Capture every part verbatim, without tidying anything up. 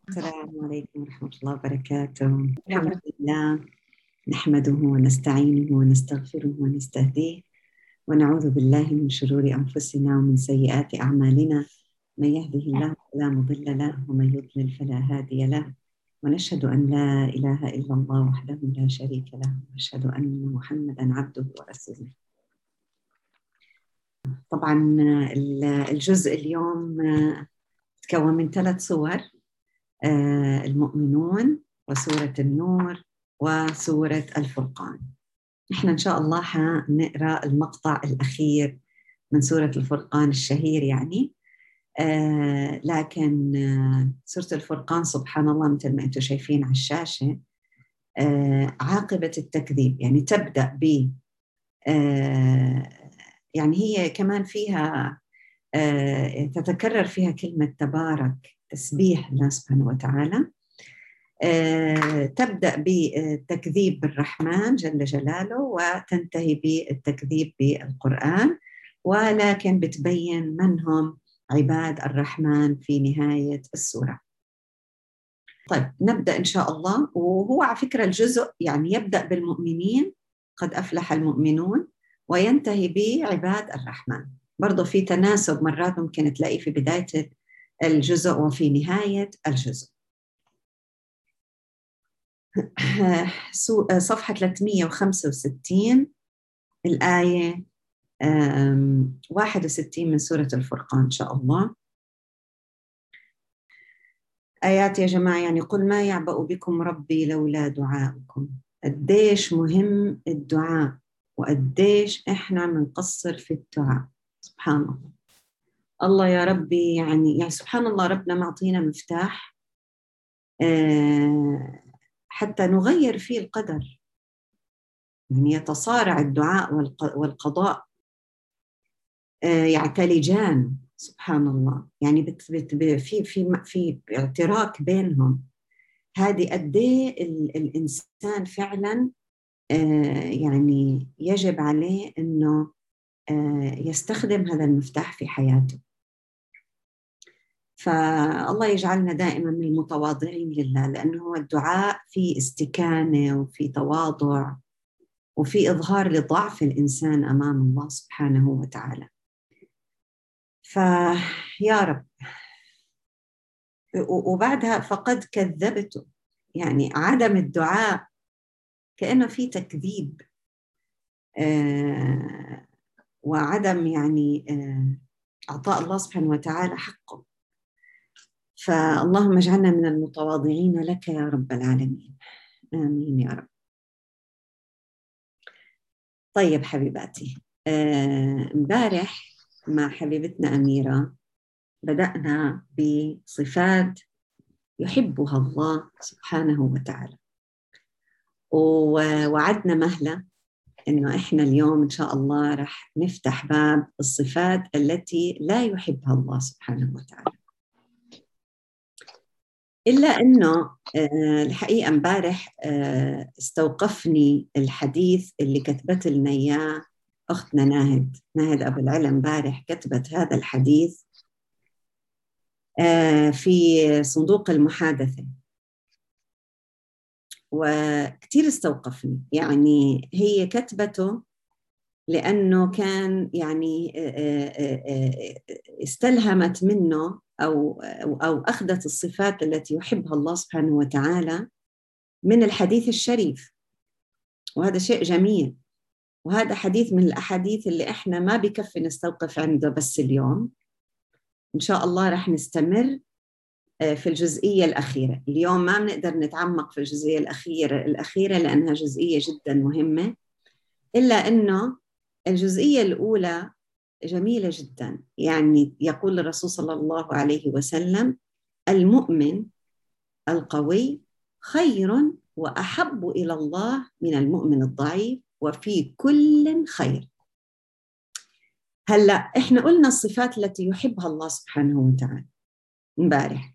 السلام عليكم ورحمة الله وبركاته. الحمد لله، نحمده ونستعينه ونستغفره ونستهديه، ونعوذ بالله من شرور أنفسنا ومن سيئات أعمالنا. من يهده الله فلا مضل له، ومن يضلل فلا هادي له، ونشهد أن لا إله إلا الله وحده لا شريك له، ونشهد أن محمدا عبده ورسوله. طبعا الجزء اليوم تكون من ثلاث صور: المؤمنون، وسورة النور، وسورة الفرقان. نحن إن شاء الله حنقرأ المقطع الأخير من سورة الفرقان الشهير يعني، آه لكن آه سورة الفرقان سبحان الله مثل ما أنتم شايفين على الشاشة، آه عاقبة التكذيب، يعني تبدأ ب آه يعني هي كمان فيها آه تتكرر فيها كلمة تبارك، تسبيح الله سبحانه وتعالى. آه تبدأ بالتكذيب بالرحمن جل جلاله، وتنتهي بالتكذيب بالقرآن، ولكن بتبين من هم عباد الرحمن في نهاية السورة. طيب نبدأ إن شاء الله. وهو على فكرة الجزء يعني يبدأ بالمؤمنين، قد أفلح المؤمنون، وينتهي بعباد الرحمن. برضو في تناسب مرات ممكن تلاقي في بداية الجزء وفي نهاية الجزء. صفحة ثلاثمئة وخمسة وستين، الآية واحد وستين من سورة الفرقان إن شاء الله. آيات يا جماعة، يعني قل ما يعبأ بكم ربي لولا دعاؤكم. قديش مهم الدعاء، وقديش إحنا منقصر في الدعاء. سبحان الله. الله يا ربي، يعني يعني سبحان الله، ربنا معطينا مفتاح آه حتى نغير فيه القدر، يعني يتصارع الدعاء والقضاء، آه يعتلجان. سبحان الله، يعني بت بت في في في اعتراك بينهم. هذه قد ايه الانسان فعلا آه يعني يجب عليه انه آه يستخدم هذا المفتاح في حياته. فالله يجعلنا دائما من المتواضعين لله، لانه هو الدعاء في استكانه وفي تواضع وفي إظهار لضعف الإنسان أمام الله سبحانه وتعالى. فيا رب. وبعدها فقد كذبته، يعني عدم الدعاء كأنه في تكذيب آه وعدم يعني آه أعطاء الله سبحانه وتعالى حقه. فاللهم اجعلنا من المتواضعين لك يا رب العالمين، آمين يا رب. طيب حبيباتي، امبارح آه مع حبيبتنا أميرة بدأنا بصفات يحبها الله سبحانه وتعالى، ووعدنا مهلة إنه إحنا اليوم إن شاء الله رح نفتح باب الصفات التي لا يحبها الله سبحانه وتعالى. إلا إنه الحقيقة امبارح استوقفني الحديث اللي كتبت لنا إياه أختنا ناهد ناهد أبو العلا. امبارح كتبت هذا الحديث في صندوق المحادثة، وكتير استوقفني. يعني هي كتبته لأنه كان يعني استلهمت منه أو أو أخذت الصفات التي يحبها الله سبحانه وتعالى من الحديث الشريف، وهذا شيء جميل. وهذا حديث من الأحاديث اللي إحنا ما بكفي نستوقف عنده بس اليوم. إن شاء الله رح نستمر في الجزئية الأخيرة اليوم. ما بنقدر نتعمق في الجزئية الأخيرة الأخيرة لأنها جزئية جدا مهمة، إلا أنه الجزئية الأولى جميلة جدا. يعني يقول الرسول صلى الله عليه وسلم: المؤمن القوي خير وأحب إلى الله من المؤمن الضعيف، وفي كل خير. هلأ إحنا قلنا الصفات التي يحبها الله سبحانه وتعالى امبارح،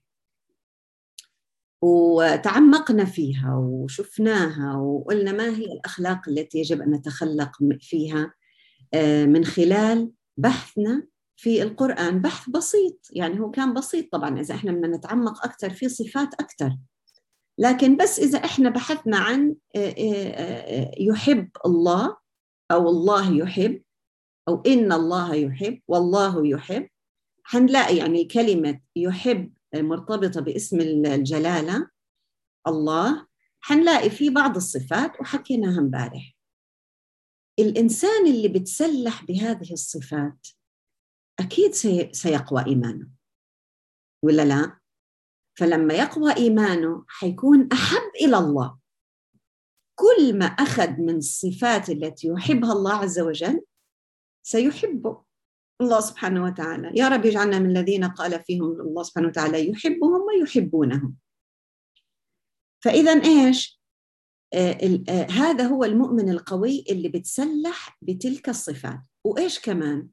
وتعمقنا فيها وشفناها، وقلنا ما هي الأخلاق التي يجب أن نتخلق فيها من خلال بحثنا في القرآن بحث بسيط، يعني هو كان بسيط طبعا إذا إحنا بدنا نتعمق أكثر في صفات أكثر، لكن بس إذا إحنا بحثنا عن يحب الله أو الله يحب أو إن الله يحب والله يحب، حنلاقي يعني كلمة يحب مرتبطة باسم الجلالة الله، حنلاقي في بعض الصفات وحكيناها امبارح. الإنسان اللي بتسلح بهذه الصفات أكيد سيقوى إيمانه، ولا لا؟ فلما يقوى إيمانه حيكون أحب إلى الله. كل ما أخذ من الصفات التي يحبها الله عز وجل سيحبه الله سبحانه وتعالى. يا رب يجعلنا من الذين قال فيهم الله سبحانه وتعالى يحبهم ويحبونهم. فإذا إيش؟ آه آه هذا هو المؤمن القوي اللي بتسلح بتلك الصفات. وإيش كمان؟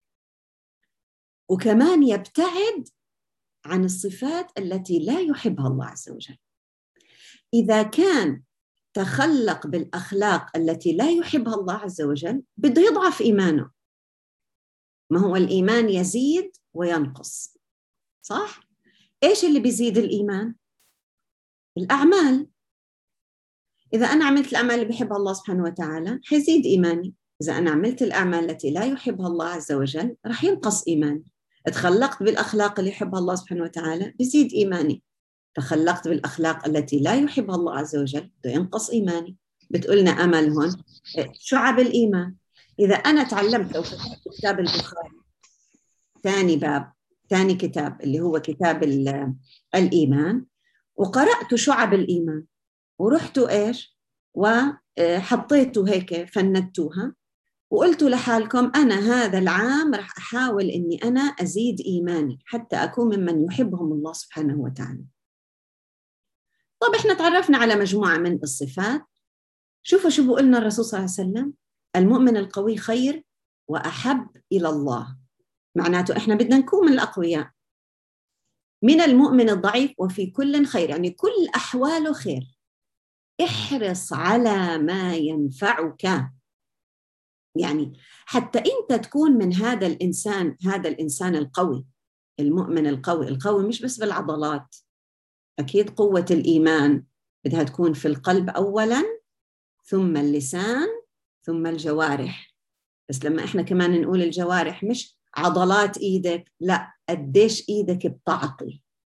وكمان يبتعد عن الصفات التي لا يحبها الله عز وجل. إذا كان تخلق بالأخلاق التي لا يحبها الله عز وجل بده يضعف إيمانه. ما هو الإيمان يزيد وينقص، صح؟ إيش اللي بيزيد الإيمان؟ الأعمال. إذا أنا عملت الأعمال اللي بيحبها الله سبحانه وتعالى حيزيد إيماني. إذا أنا عملت الأعمال التي لا يحبها الله عز وجل رح ينقص إيماني. تخلقت بالأخلاق اللي يحبها الله سبحانه وتعالى بيزيد إيماني. تخلقت بالأخلاق التي لا يحبها الله عز وجل بده ينقص إيماني. بتقولنا أمل هون شعب الإيمان. إذا أنا تعلمت أو فتحت كتاب البخاري ثاني باب ثاني كتاب اللي هو كتاب الإيمان وقرأت شعب الإيمان ورحتوا إيش وحطيتوا هيك فندتوها وقلتوا لحالكم أنا هذا العام رح أحاول إني أنا أزيد إيماني حتى أكون ممن يحبهم الله سبحانه وتعالى. طب إحنا تعرفنا على مجموعة من الصفات. شوفوا شو بقولنا الرسول صلى الله عليه وسلم: المؤمن القوي خير وأحب إلى الله. معناته إحنا بدنا نكون من الأقوياء. من المؤمن الضعيف وفي كل خير، يعني كل أحواله خير. احرص على ما ينفعك، يعني حتى أنت تكون من هذا الإنسان هذا الإنسان القوي المؤمن القوي. القوي مش بس بالعضلات، أكيد قوة الإيمان بدها تكون في القلب أولاً ثم اللسان ثم الجوارح. بس لما إحنا كمان نقول الجوارح مش عضلات إيدك، لا، قديش إيدك بتعطي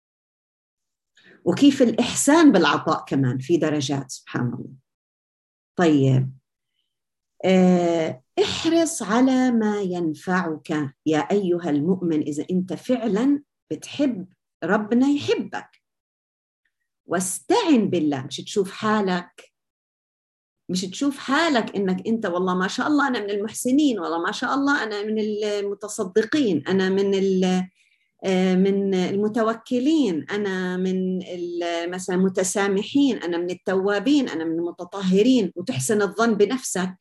وكيف الإحسان بالعطاء كمان في درجات، سبحان الله. طيب اه احرص على ما ينفعك يا أيها المؤمن. إذا أنت فعلا بتحب ربنا يحبك، واستعن بالله. مش تشوف حالك مش تشوف حالك إنك أنت والله ما شاء الله أنا من المحسنين، والله ما شاء الله أنا من المتصدقين، أنا من من المتوكلين، أنا من مثلا متسامحين، أنا من التوابين، أنا من المتطهرين، وتحسن الظن بنفسك.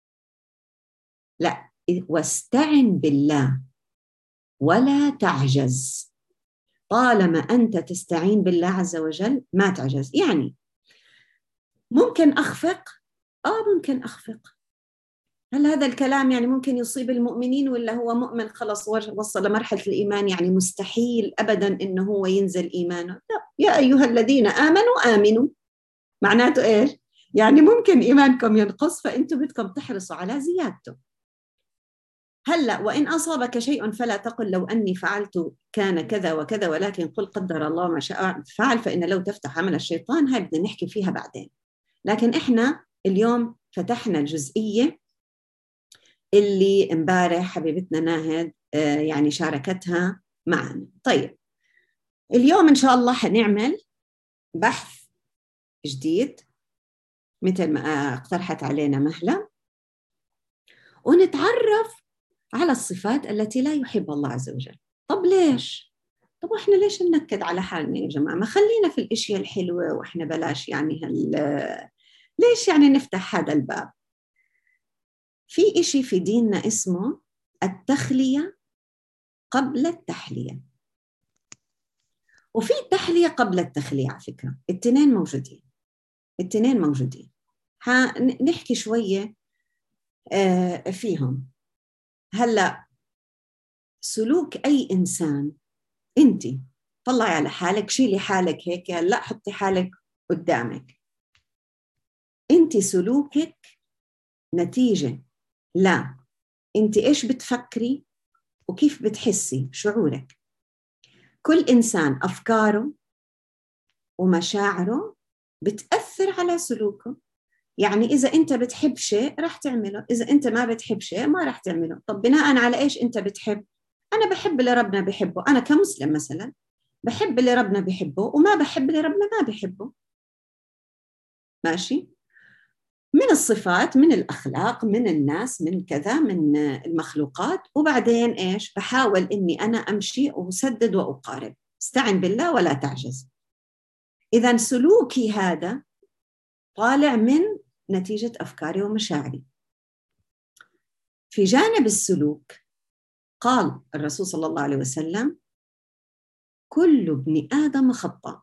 لا، واستعن بالله ولا تعجز. طالما أنت تستعين بالله عز وجل ما تعجز. يعني ممكن أخفق آه ممكن أخفق. هل هذا الكلام يعني ممكن يصيب المؤمنين، ولا هو مؤمن خلص وصل لمرحلة الإيمان يعني مستحيل أبداً إنه هو ينزل إيمانه؟ لا. يا أيها الذين آمنوا آمنوا. معناته إيش؟ يعني ممكن إيمانكم ينقص فأنتم بدكم تحرصوا على زيادته. هلأ وإن أصابك شيء فلا تقل لو أني فعلت كان كذا وكذا، ولكن قل قدر الله ما شاء فعل، فإن لو تفتح عمل الشيطان. هاي بدنا نحكي فيها بعدين، لكن إحنا اليوم فتحنا الجزئية اللي امبارح حبيبتنا ناهد يعني شاركتها معنا. طيب اليوم إن شاء الله حنعمل بحث جديد مثل ما اقترحت علينا مهلة، ونتعرف على الصفات التي لا يحب الله عز وجل. طب ليش؟ طب وإحنا ليش ننكد على حالنا يا جماعة؟ ما خلينا في الأشياء الحلوة، وإحنا بلاش يعني هال ليش يعني نفتح هذا الباب؟ في إشي في ديننا اسمه التخلية قبل التحلية، وفي التحلية قبل التخلية. على فكرة التنين موجودين التنين موجودين هنحكي شوية فيهم. هلأ سلوك أي إنسان، أنت طلعي على حالك، شيلي حالك هيك، لا حطي حالك قدامك، أنت سلوكك نتيجة لا أنت إيش بتفكري وكيف بتحسي، شعورك. كل إنسان أفكاره ومشاعره بتأثر على سلوكه. يعني إذا أنت بتحب شيء رح تعمله، إذا أنت ما بتحب شيء ما رح تعمله. طب بناء على إيش أنت بتحب؟ أنا بحب اللي ربنا بحبه، أنا كمسلم مثلا بحب اللي ربنا بحبه وما بحب اللي ربنا ما بحبه، ماشي؟ من الصفات، من الأخلاق، من الناس، من كذا، من المخلوقات. وبعدين إيش؟ بحاول إني أنا أمشي وأسدد وأقارب، استعن بالله ولا تعجز. إذن سلوكي هذا طالع من نتيجة أفكاري ومشاعري. في جانب السلوك قال الرسول صلى الله عليه وسلم: كل ابن آدم خطاء.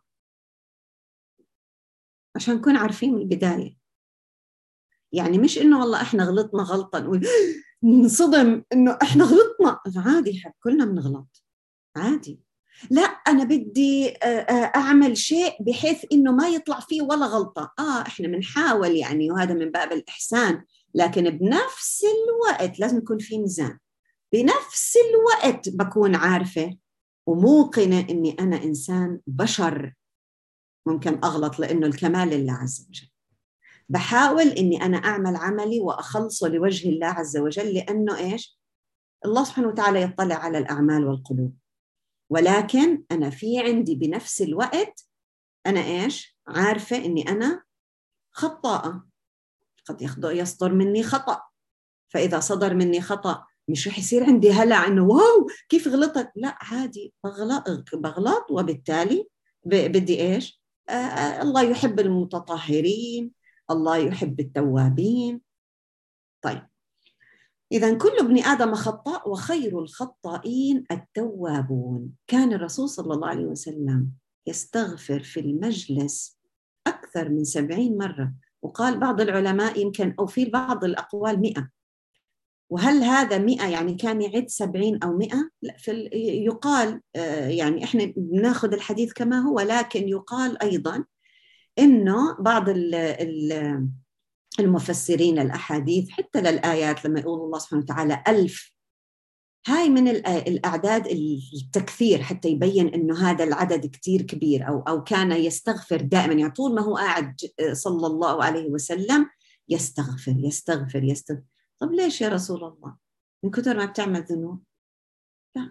عشان نكون عارفين من البداية، يعني مش إنه والله إحنا غلطنا غلطة ننصدم إنه إحنا غلطنا، عادي كلنا بنغلط عادي. لا أنا بدي أعمل شيء بحيث إنه ما يطلع فيه ولا غلطة، آه إحنا بنحاول يعني، وهذا من باب الإحسان، لكن بنفس الوقت لازم يكون في ميزان. بنفس الوقت بكون عارفة وموقنة إني أنا إنسان بشر ممكن أغلط، لأنه الكمال لله عز وجل. بحاول إني أنا أعمل عملي وأخلصه لوجه الله عز وجل، لأنه إيش؟ الله سبحانه وتعالى يطلع على الأعمال والقلوب. ولكن أنا في عندي بنفس الوقت أنا إيش؟ عارفة إني أنا خطاءة، قد يصدر مني خطأ. فإذا صدر مني خطأ مش رح يصير عندي هلع إنه واو كيف غلطت، لا عادي بغلط بغلط وبالتالي بدي إيش؟ آه آه الله يحب المتطهرين، الله يحب التوابين. طيب إذن كل ابن آدم خطاء وخير الخطائين التوابون. كان الرسول صلى الله عليه وسلم يستغفر في المجلس أكثر من سبعين مرة، وقال بعض العلماء يمكن أو في بعض الأقوال مئة. وهل هذا مئة يعني كان يعد سبعين أو مئة؟ لا، في يقال يعني إحنا بناخذ الحديث كما هو، لكن يقال أيضا إنه بعض ال ال المفسرين الأحاديث حتى للآيات لما يقول الله سبحانه وتعالى ألف، هاي من الأعداد التكثير حتى يبين إنه هذا العدد كتير كبير، أو أو كان يستغفر دائما، يعني طول ما هو قاعد صلى الله عليه وسلم يستغفر يستغفر يستغفر. طب ليش يا رسول الله؟ من كثر ما بتعمل ذنوب؟ لا،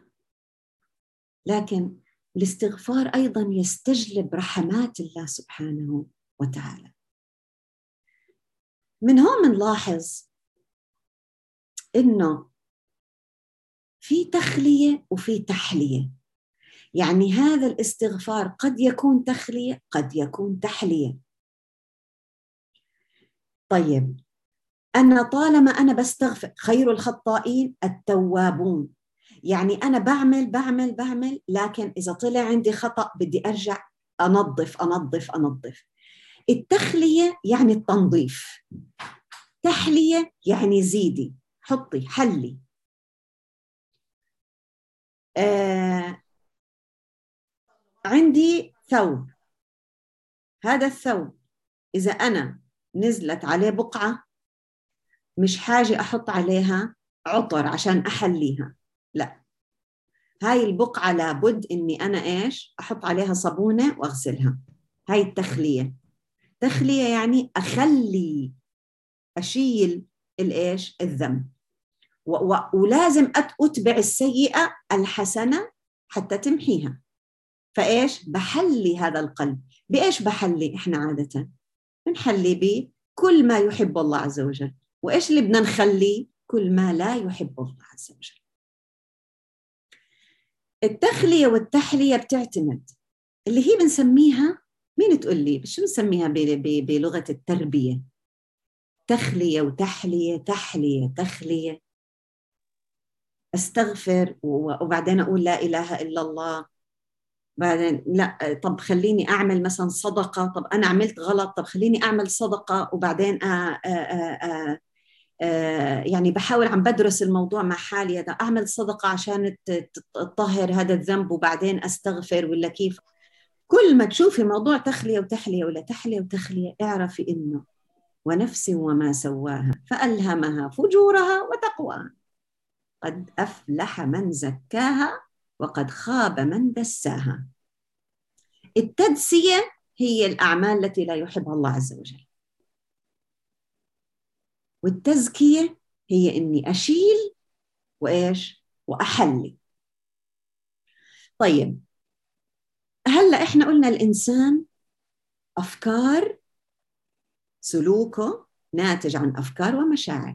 لكن الاستغفار أيضا يستجلب رحمات الله سبحانه وتعالى. من هون منلاحظ إنه في تخلية وفي تحلية. يعني هذا الاستغفار قد يكون تخلية قد يكون تحلية. طيب أنا طالما أنا بستغفر، خير الخطائين التوابون، يعني أنا بعمل بعمل بعمل لكن إذا طلع عندي خطأ بدي أرجع أنظف أنظف أنظف. التخلية يعني التنظيف، تحلية يعني زيدي حطي حلي. آه عندي ثوب، هذا الثوب إذا أنا نزلت عليه بقعة مش حاجة أحط عليها عطر عشان أحليها، لا، هاي البقعة لابد إني أنا إيش أحط عليها صابونة وأغسلها. هاي التخلية. تخلية يعني أخلي، أشيل الإيش الذنب، و- و- ولازم أتبع السيئة الحسنة حتى تمحيها. فإيش بحلي هذا القلب. بإيش بحلي؟ إحنا عادة بنحلي بكل ما يحب الله عز وجل. وإيش اللي بدنا نخليه؟ كل ما لا يحب الله عز وجل. التخلية والتحلية بتعتمد اللي هي بنسميها، مين تقول لي شو بنسميها بلغة التربية؟ تخلية وتحلية، تحلية تخلية. استغفر وبعدين أقول لا إله إلا الله، بعدين لا، طب خليني أعمل مثلا صدقة، طب أنا عملت غلط، طب خليني أعمل صدقة وبعدين أ أ أ يعني بحاول عم بدرس الموضوع مع حالي، أعمل صدقة عشان تطهر هذا الذنب وبعدين أستغفر ولا كيف. كل ما تشوفي موضوع تخلية وتحلية ولا تحلية وتخلية، اعرفي إنه ونفس وما سواها فألهمها فجورها وتقواها، قد أفلح من زكاها وقد خاب من دساها. التدسية هي الأعمال التي لا يحبها الله عز وجل، والتزكية هي إني أشيل وإيش وأحلي. طيب هلأ إحنا قلنا الإنسان أفكار، سلوكه ناتج عن أفكار ومشاعر.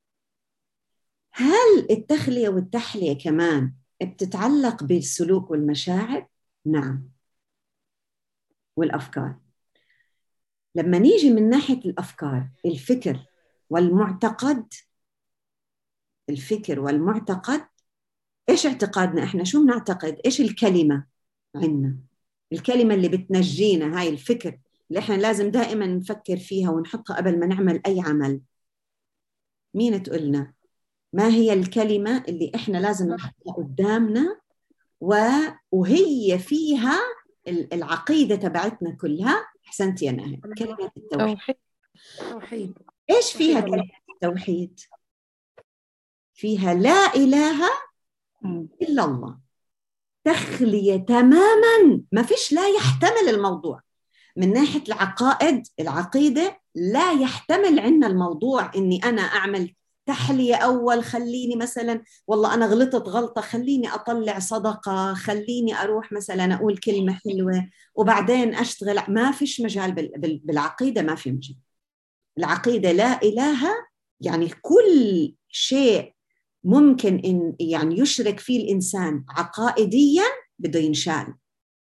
هل التخلية والتحلية كمان بتتعلق بالسلوك والمشاعر؟ نعم، والأفكار. لما نيجي من ناحية الأفكار، الفكر والمعتقد، الفكر والمعتقد، إيش اعتقادنا إحنا؟ شو بنعتقد؟ إيش الكلمة عنا؟ الكلمة اللي بتنجينا، هاي الفكر اللي إحنا لازم دائما نفكر فيها ونحطها قبل ما نعمل أي عمل. مين تقولنا ما هي الكلمة اللي إحنا لازم نحطها قدامنا وهي فيها العقيدة تبعتنا كلها؟ أحسنت يا ناهد، كلمة التوحيد. توحيد. إيش فيها كلمة التوحيد؟ فيها لا إله إلا الله، تخلية تماماً، ما فيش، لا يحتمل الموضوع من ناحية العقائد، العقيدة لا يحتمل عنا الموضوع إني أنا أعمل تحلية أول، خليني مثلا والله أنا غلطت غلطة خليني أطلع صدقة، خليني أروح مثلا أقول كلمة حلوة وبعدين أشتغل. ما فيش مجال بالعقيدة، ما في مجال. العقيدة لا إله، يعني كل شيء ممكن إن يعني يشرك فيه الإنسان عقائديا بده ينشال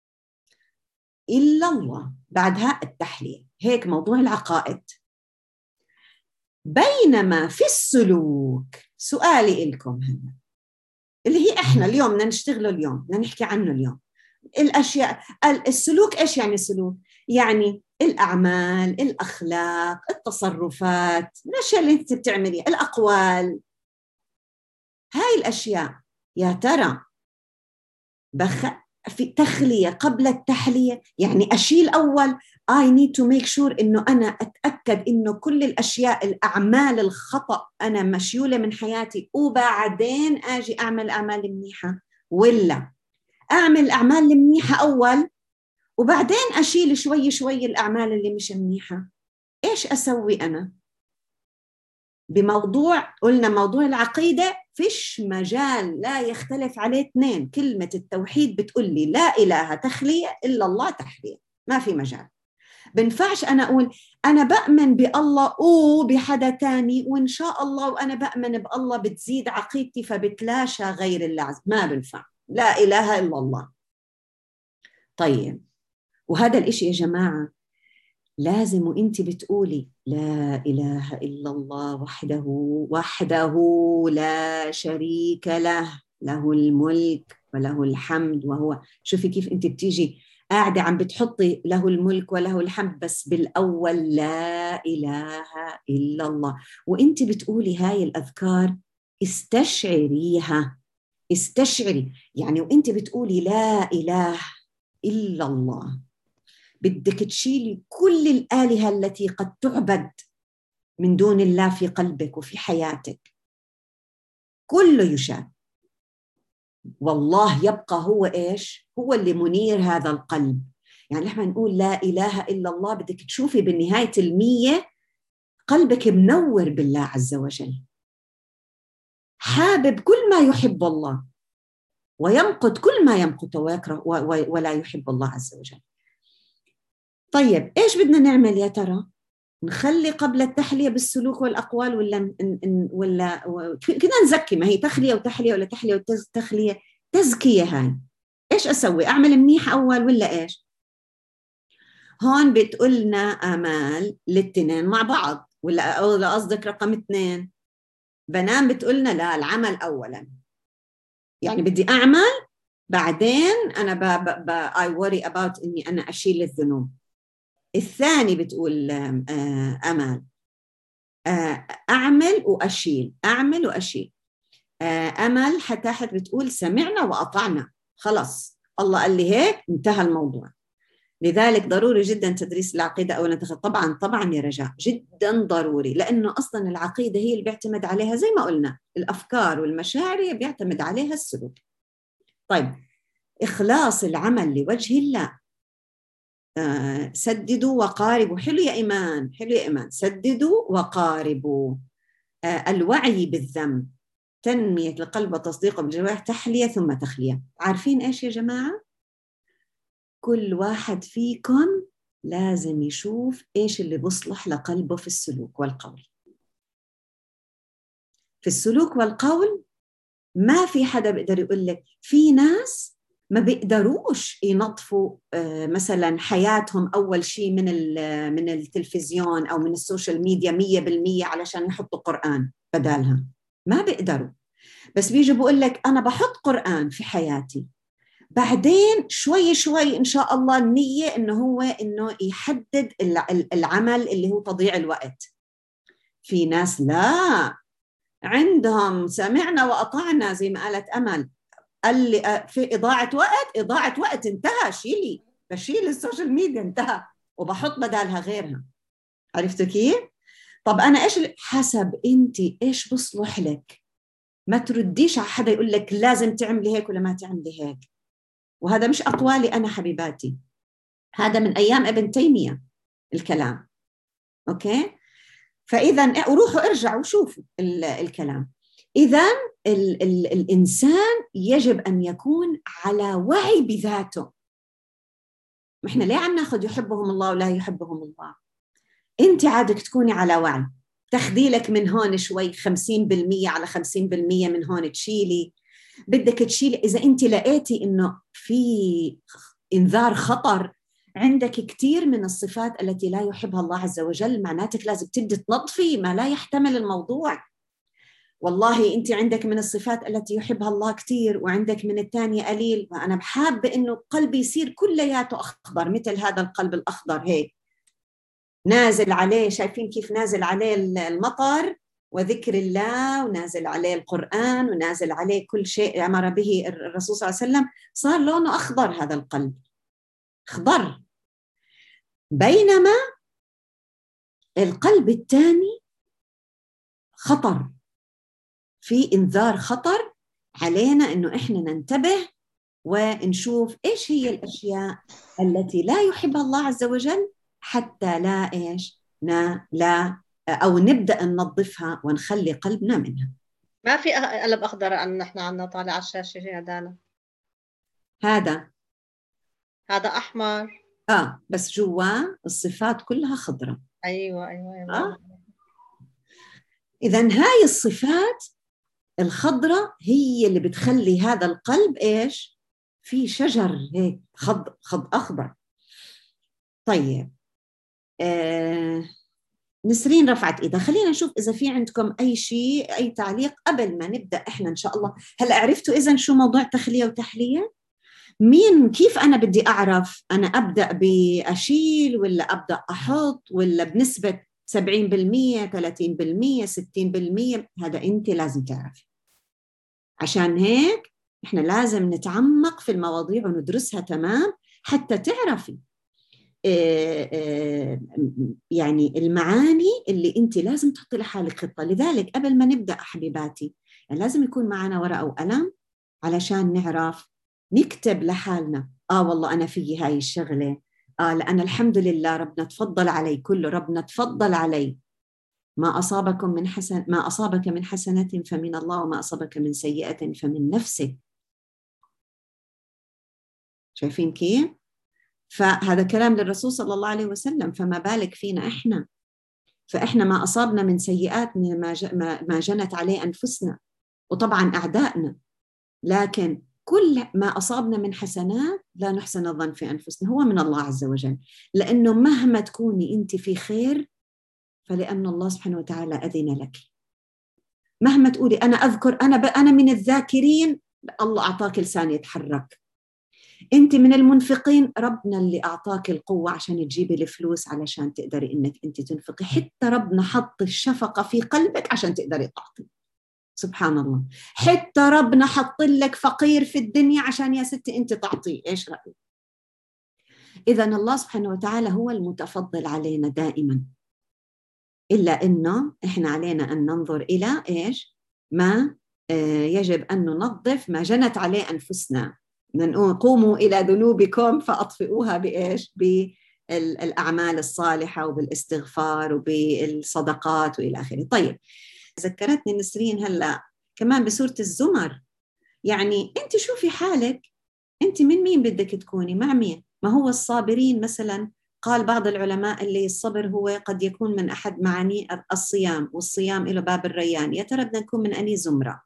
إلا الله، بعدها التحلية. هيك موضوع العقائد. بينما في السلوك، سؤالي لكم هنا اللي هي إحنا اليوم بدنا نشتغله، اليوم بدنا نحكي عنه اليوم، الأشياء. السلوك إيش يعني سلوك؟ يعني الأعمال، الأخلاق، التصرفات، الأشياء اللي أنت بتعمليها، الأقوال، هاي الأشياء يا ترى بخ في تخلية قبل التحلية؟ يعني أشيل أول، I need to make sure إنه أنا أتأكد إنه كل الأشياء الأعمال الخطأ أنا مشيولة من حياتي وبعدين أجي أعمل أعمال منيحة، ولا أعمل أعمال منيحة أول وبعدين أشيل شوي شوي الأعمال اللي مش منيحة؟ إيش أسوي أنا بموضوع؟ قلنا موضوع العقيدة فيش مجال لا يختلف عليه اثنين، كلمة التوحيد بتقول لي لا إله تخلية إلا الله تحلية، ما في مجال. بنفعش أنا أقول أنا بأمن بالله وبحدا تاني وإن شاء الله وأنا بأمن بالله بتزيد عقيدتي فبتلاشى غير الله، ما بنفع. لا إله إلا الله. طيب وهذا الإشي يا جماعة لازم وإنت بتقولي لا إله إلا الله وحده وحده لا شريك له، له الملك وله الحمد وهو، شوفي كيف أنت بتيجي قاعدة عم بتحطي له الملك وله الحمد بس بالأول لا إله إلا الله، وإنت بتقولي هاي الأذكار استشعريها، استشعري يعني وإنت بتقولي لا إله إلا الله بدك تشيلي كل الآلهة التي قد تعبد من دون الله في قلبك وفي حياتك، كله يشال، والله يبقى هو إيش؟ هو اللي منير هذا القلب. يعني لما نقول لا إله إلا الله بدك تشوفي بالنهاية المية قلبك منور بالله عز وجل، حابب كل ما يحب الله ويمقت كل ما يمقت ويكره ولا يحب الله عز وجل. طيب إيش بدنا نعمل يا ترى؟ نخلي قبل التحلية بالسلوك والأقوال ولا ولا كنا نزكي؟ ما هي تخلية وتحلية ولا تحلية وتخلية، تزكية. هاي إيش أسوي؟ أعمل منيح أول ولا إيش؟ هون بتقولنا آمال للتنين مع بعض، ولا قصدك رقم اثنين؟ بنام بتقولنا لا العمل أولا، يعني بدي أعمل بعدين أنا ب ب ب I worry about إني أنا أشيل الذنوب. الثاني بتقول آمال أعمل وأشيل، أعمل وأشيل. أمل تحت بتقول سمعنا وأطعنا، خلاص الله قال لي هيك انتهى الموضوع. لذلك ضروري جدا تدريس العقيدة أولا. طبعا طبعا يا رجاء جدا ضروري، لأنه أصلا العقيدة هي اللي بيعتمد عليها زي ما قلنا الأفكار والمشاعر، بيعتمد عليها السلوك. طيب إخلاص العمل لوجه الله. آه سددوا وقاربوا، حلو يا إيمان، حلو يا إيمان، سددوا وقاربوا. آه الوعي بالذنب، تنمية القلب وتصديقه بالجوارح، تحلية ثم تخلية. عارفين إيش يا جماعة؟ كل واحد فيكم لازم يشوف إيش اللي بصلح لقلبه في السلوك والقول. في السلوك والقول ما في حدا بيقدر يقول لك. في ناس ما بيقدروش ينظفوا مثلا حياتهم أول شيء من من التلفزيون أو من السوشيال ميديا مية بالمية علشان يحطوا قرآن بدالها، ما بيقدروا. بس بيجي بقول لك أنا بحط قرآن في حياتي، بعدين شوي شوي إن شاء الله النية إنه هو إنه يحدد العمل اللي هو تضييع الوقت. في ناس لا، عندهم سمعنا وأطعنا زي ما قالت أمل، قال لي في إضاعة وقت، إضاعة وقت انتهى، شيلي، بشيل السوشيال ميديا انتهى وبحط بدالها غيرها. عرفتوا كيف؟ طب أنا إيش حسب أنت إيش بصلح لك. ما ترديش على حدا يقول لك لازم تعملي هيك ولا ما تعملي هيك. وهذا مش أقوالي أنا حبيباتي، هذا من أيام ابن تيمية الكلام. أوكي؟ فإذا وروحوا ارجعوا وشوفوا الكلام. إذا ال ال الإنسان يجب أن يكون على وعي بذاته. إحنا ليه عم ناخذ يحبهم الله ولا يحبهم الله؟ أنت عادك تكوني على وعي، تاخدي لك من هون شوي خمسين بالمية على خمسين بالمية من هون تشيلي، بدك تشيلي. إذا أنت لقيتي إنه في إنذار خطر عندك كتير من الصفات التي لا يحبها الله عز وجل، معناتك لازم تبدي تنظفي ما لا يحتمل الموضوع. والله أنت عندك من الصفات التي يحبها الله كتير وعندك من الثانية قليل، وأنا بحابة إنه قلبي يصير كلياته أخضر مثل هذا القلب الأخضر هيك نازل عليه. شايفين كيف نازل عليه المطر وذكر الله، ونازل عليه القرآن، ونازل عليه كل شيء أمر به الرسول صلى الله عليه وسلم، صار لونه أخضر هذا القلب، أخضر. بينما القلب الثاني خطر، في إنذار خطر علينا إنه إحنا ننتبه ونشوف إيش هي الأشياء التي لا يحبها الله عز وجل، حتى لا إيش نا لا أو نبدأ ننظفها ونخلي قلبنا منها. ما في قلب أخضر أن نحن عنا طالع على الشاشة يا دانا. هذا هذا أحمر. آه بس جوا الصفات كلها خضرة. أيوة أيوة, أيوة. آه. إذن هاي الصفات الخضرة هي اللي بتخلي هذا القلب إيش؟ في شجر هيك خض خض أخضر. طيب آه نسرين رفعت إيدها، خلينا نشوف إذا في عندكم أي شيء أي تعليق قبل ما نبدأ إحنا إن شاء الله. هلأ عرفتوا إذن شو موضوع تخلية وتحلية؟ مين كيف أنا بدي أعرف أنا أبدأ بأشيل ولا أبدأ أحط ولا بنسبة سبعين بالمية ثلاثين بالمية ستين بالمية؟ هذا أنت لازم تعرفي. عشان هيك إحنا لازم نتعمق في المواضيع وندرسها تمام حتى تعرفي يعني المعاني اللي أنت لازم تحطي لحالك خطة. لذلك قبل ما نبدأ حبيباتي يعني لازم يكون معنا ورقة وقلم علشان نعرف نكتب لحالنا آه والله أنا في هاي الشغلة، آه لأن الحمد لله ربنا تفضل علي كله، ربنا تفضل علي. ما أصابكم من حسن ما أصابك من حسنة فمن الله، وما أصابك من سيئة فمن نفسك. شايفين كيف؟ فهذا كلام للرسول صلى الله عليه وسلم، فما بالك فينا إحنا. فإحنا ما أصابنا من سيئات ما جنت عليه أنفسنا وطبعا أعدائنا، لكن كل ما أصابنا من حسنات لا نحسن الظن في أنفسنا، هو من الله عز وجل. لأنه مهما تكوني أنت في خير فلأن الله سبحانه وتعالى أذن لك. مهما تقولي أنا أذكر أنا أنا من الذاكرين، الله أعطاك لسان يتحرك. أنت من المنفقين، ربنا اللي أعطاك القوة عشان تجيبي الفلوس علشان تقدري إنك أنت تنفقي. حتى ربنا حط الشفقة في قلبك عشان تقدري تعطي. سبحان الله. حتى ربنا حط لك فقير في الدنيا عشان يا ستي أنت تعطيه. إيش رأيك؟ إذن الله سبحانه وتعالى هو المتفضل علينا دائما، إلا إنه إحنا علينا أن ننظر إلى إيش ما يجب أن ننظف ما جنت عليه أنفسنا. قوموا إلى ذنوبكم فأطفئوها بإيش؟ بالأعمال الصالحة وبالاستغفار وبالصدقات وإلى آخره. طيب، ذكرتني نسرين هلأ كمان بسورة الزمر. يعني أنت شوفي حالك، أنت من مين بدك تكوني؟ مع مين؟ ما هو الصابرين مثلا، قال بعض العلماء اللي الصبر هو قد يكون من أحد معاني الصيام، والصيام إلى باب الريان. يا ترى بدنا نكون من أني زمرة؟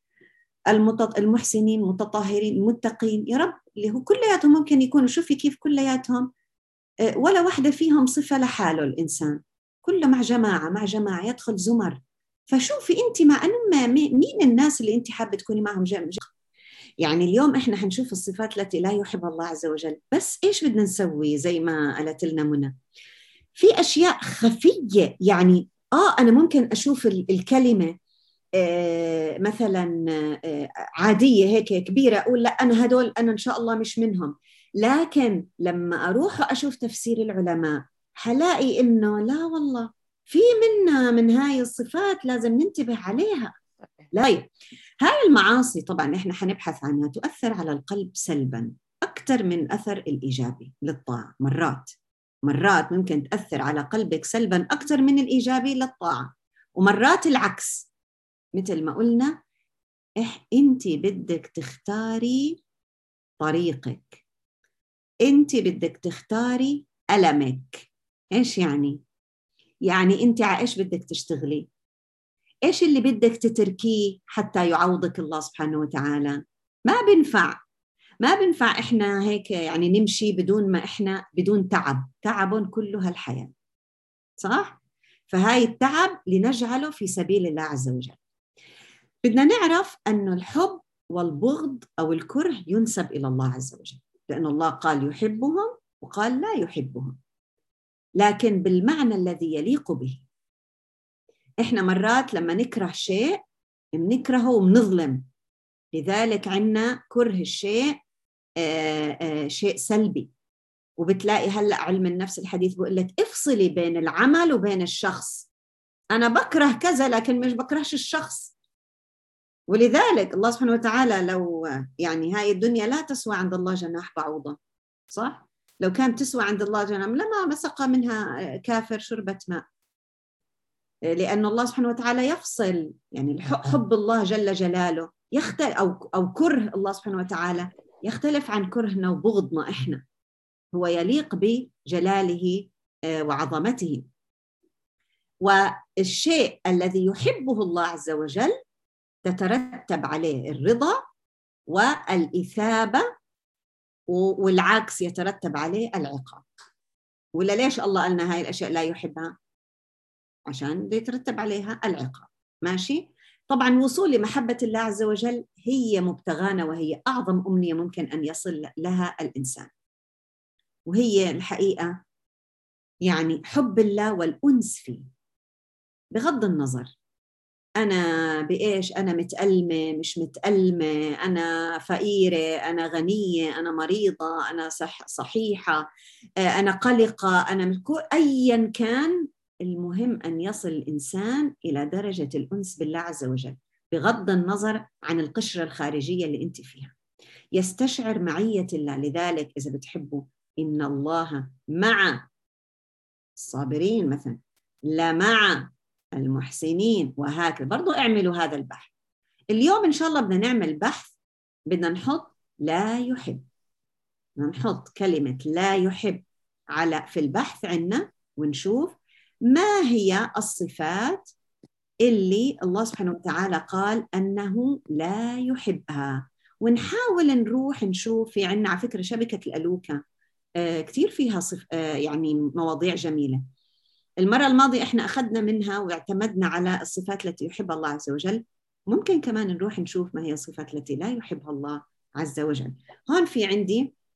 المحسنين، متطهرين، المتقين، يا رب، اللي هو كلياتهم ممكن يكونوا. شوفي كيف كلياتهم ولا واحدة فيهم صفة لحاله الإنسان، كله مع جماعة مع جماعة يدخل زمر. فشوفي أنت مع أنما مين الناس اللي أنت حابة تكوني معهم جمع. يعني اليوم إحنا حنشوف الصفات التي لا يحب الله عز وجل، بس إيش بدنا نسوي؟ زي ما قالت لنا منى، في أشياء خفية. يعني آه أنا ممكن أشوف الكلمة آه مثلا آه عادية هيك كبيرة، أقول لا أنا هدول أنا إن شاء الله مش منهم. لكن لما أروح أشوف تفسير العلماء حلاقي إنه لا والله في منا من هاي الصفات لازم ننتبه عليها. لا، هاي المعاصي طبعا إحنا حنبحث عنها، تؤثر على القلب سلبا أكثر من أثر الإيجابي للطاعة. مرات مرات ممكن تأثر على قلبك سلبا أكثر من الإيجابي للطاعة، ومرات العكس. مثل ما قلنا، إح أنت بدك تختاري طريقك، أنت بدك تختاري ألمك. إيش يعني؟ يعني أنت على إيش بدك تشتغلي؟ إيش اللي بدك تتركيه حتى يعوضك الله سبحانه وتعالى؟ ما بنفع ما بنفع إحنا هيك يعني نمشي بدون ما إحنا بدون تعب. تعب كله هالحياة، صح؟ فهاي التعب لنجعله في سبيل الله عز وجل. بدنا نعرف أن الحب والبغض أو الكره ينسب إلى الله عز وجل، لأن الله قال يحبهم وقال لا يحبهم، لكن بالمعنى الذي يليق به. إحنا مرات لما نكره شيء بنكرهه وبنظلم، لذلك عنا كره الشيء آآ آآ شيء سلبي. وبتلاقي هلأ علم النفس الحديث بيقول لك افصلي بين العمل وبين الشخص. أنا بكره كذا لكن مش بكرهش الشخص. ولذلك الله سبحانه وتعالى لو يعني هاي الدنيا لا تسوى عند الله جناح بعوضة، صح؟ لو كانت تسوى عند الله جناح لما مسق منها كافر شربة ماء، لأن الله سبحانه وتعالى يفصل. يعني حب الله جل جلاله يختلف، أو أو كره الله سبحانه وتعالى يختلف عن كرهنا وبغضنا إحنا، هو يليق بجلاله وعظمته. والشيء الذي يحبه الله عز وجل تترتب عليه الرضا والإثابة، والعكس يترتب عليه العقاب. ولا ليش الله قالنا هاي الأشياء لا يحبها؟ عشان يترتب عليها العقاب. ماشي؟ طبعا وصول لمحبة الله عز وجل هي مبتغانا، وهي أعظم أمنية ممكن أن يصل لها الإنسان، وهي الحقيقة يعني حب الله والأنس فيه بغض النظر أنا بإيش، أنا متألمة مش متألمة، أنا فقيرة أنا غنية، أنا مريضة أنا صح صحيحة، أنا قلقة أنا أيا كان. المهم أن يصل الإنسان إلى درجة الأنس بالله عز وجل بغض النظر عن القشرة الخارجية اللي أنت فيها، يستشعر معية الله. لذلك إذا بتحبوا إن الله مع الصابرين مثلا، لا مع المحسنين، وهكذا. برضو اعملوا هذا البحث. اليوم إن شاء الله بدنا نعمل بحث، بدنا نحط لا يحب، بدنا نحط كلمة لا يحب على في البحث عنا، ونشوف ما هي الصفات اللي الله سبحانه وتعالى قال أنه لا يحبها، ونحاول نروح نشوف. في عنا على فكرة شبكة الألوكة آه كتير فيها صف آه يعني مواضيع جميلة. المرة الماضية إحنا أخذنا منها واعتمدنا على الصفات التي يحبها الله عز وجل. ممكن كمان نروح نشوف ما هي الصفات التي لا يحبها الله عز وجل. هون في عندي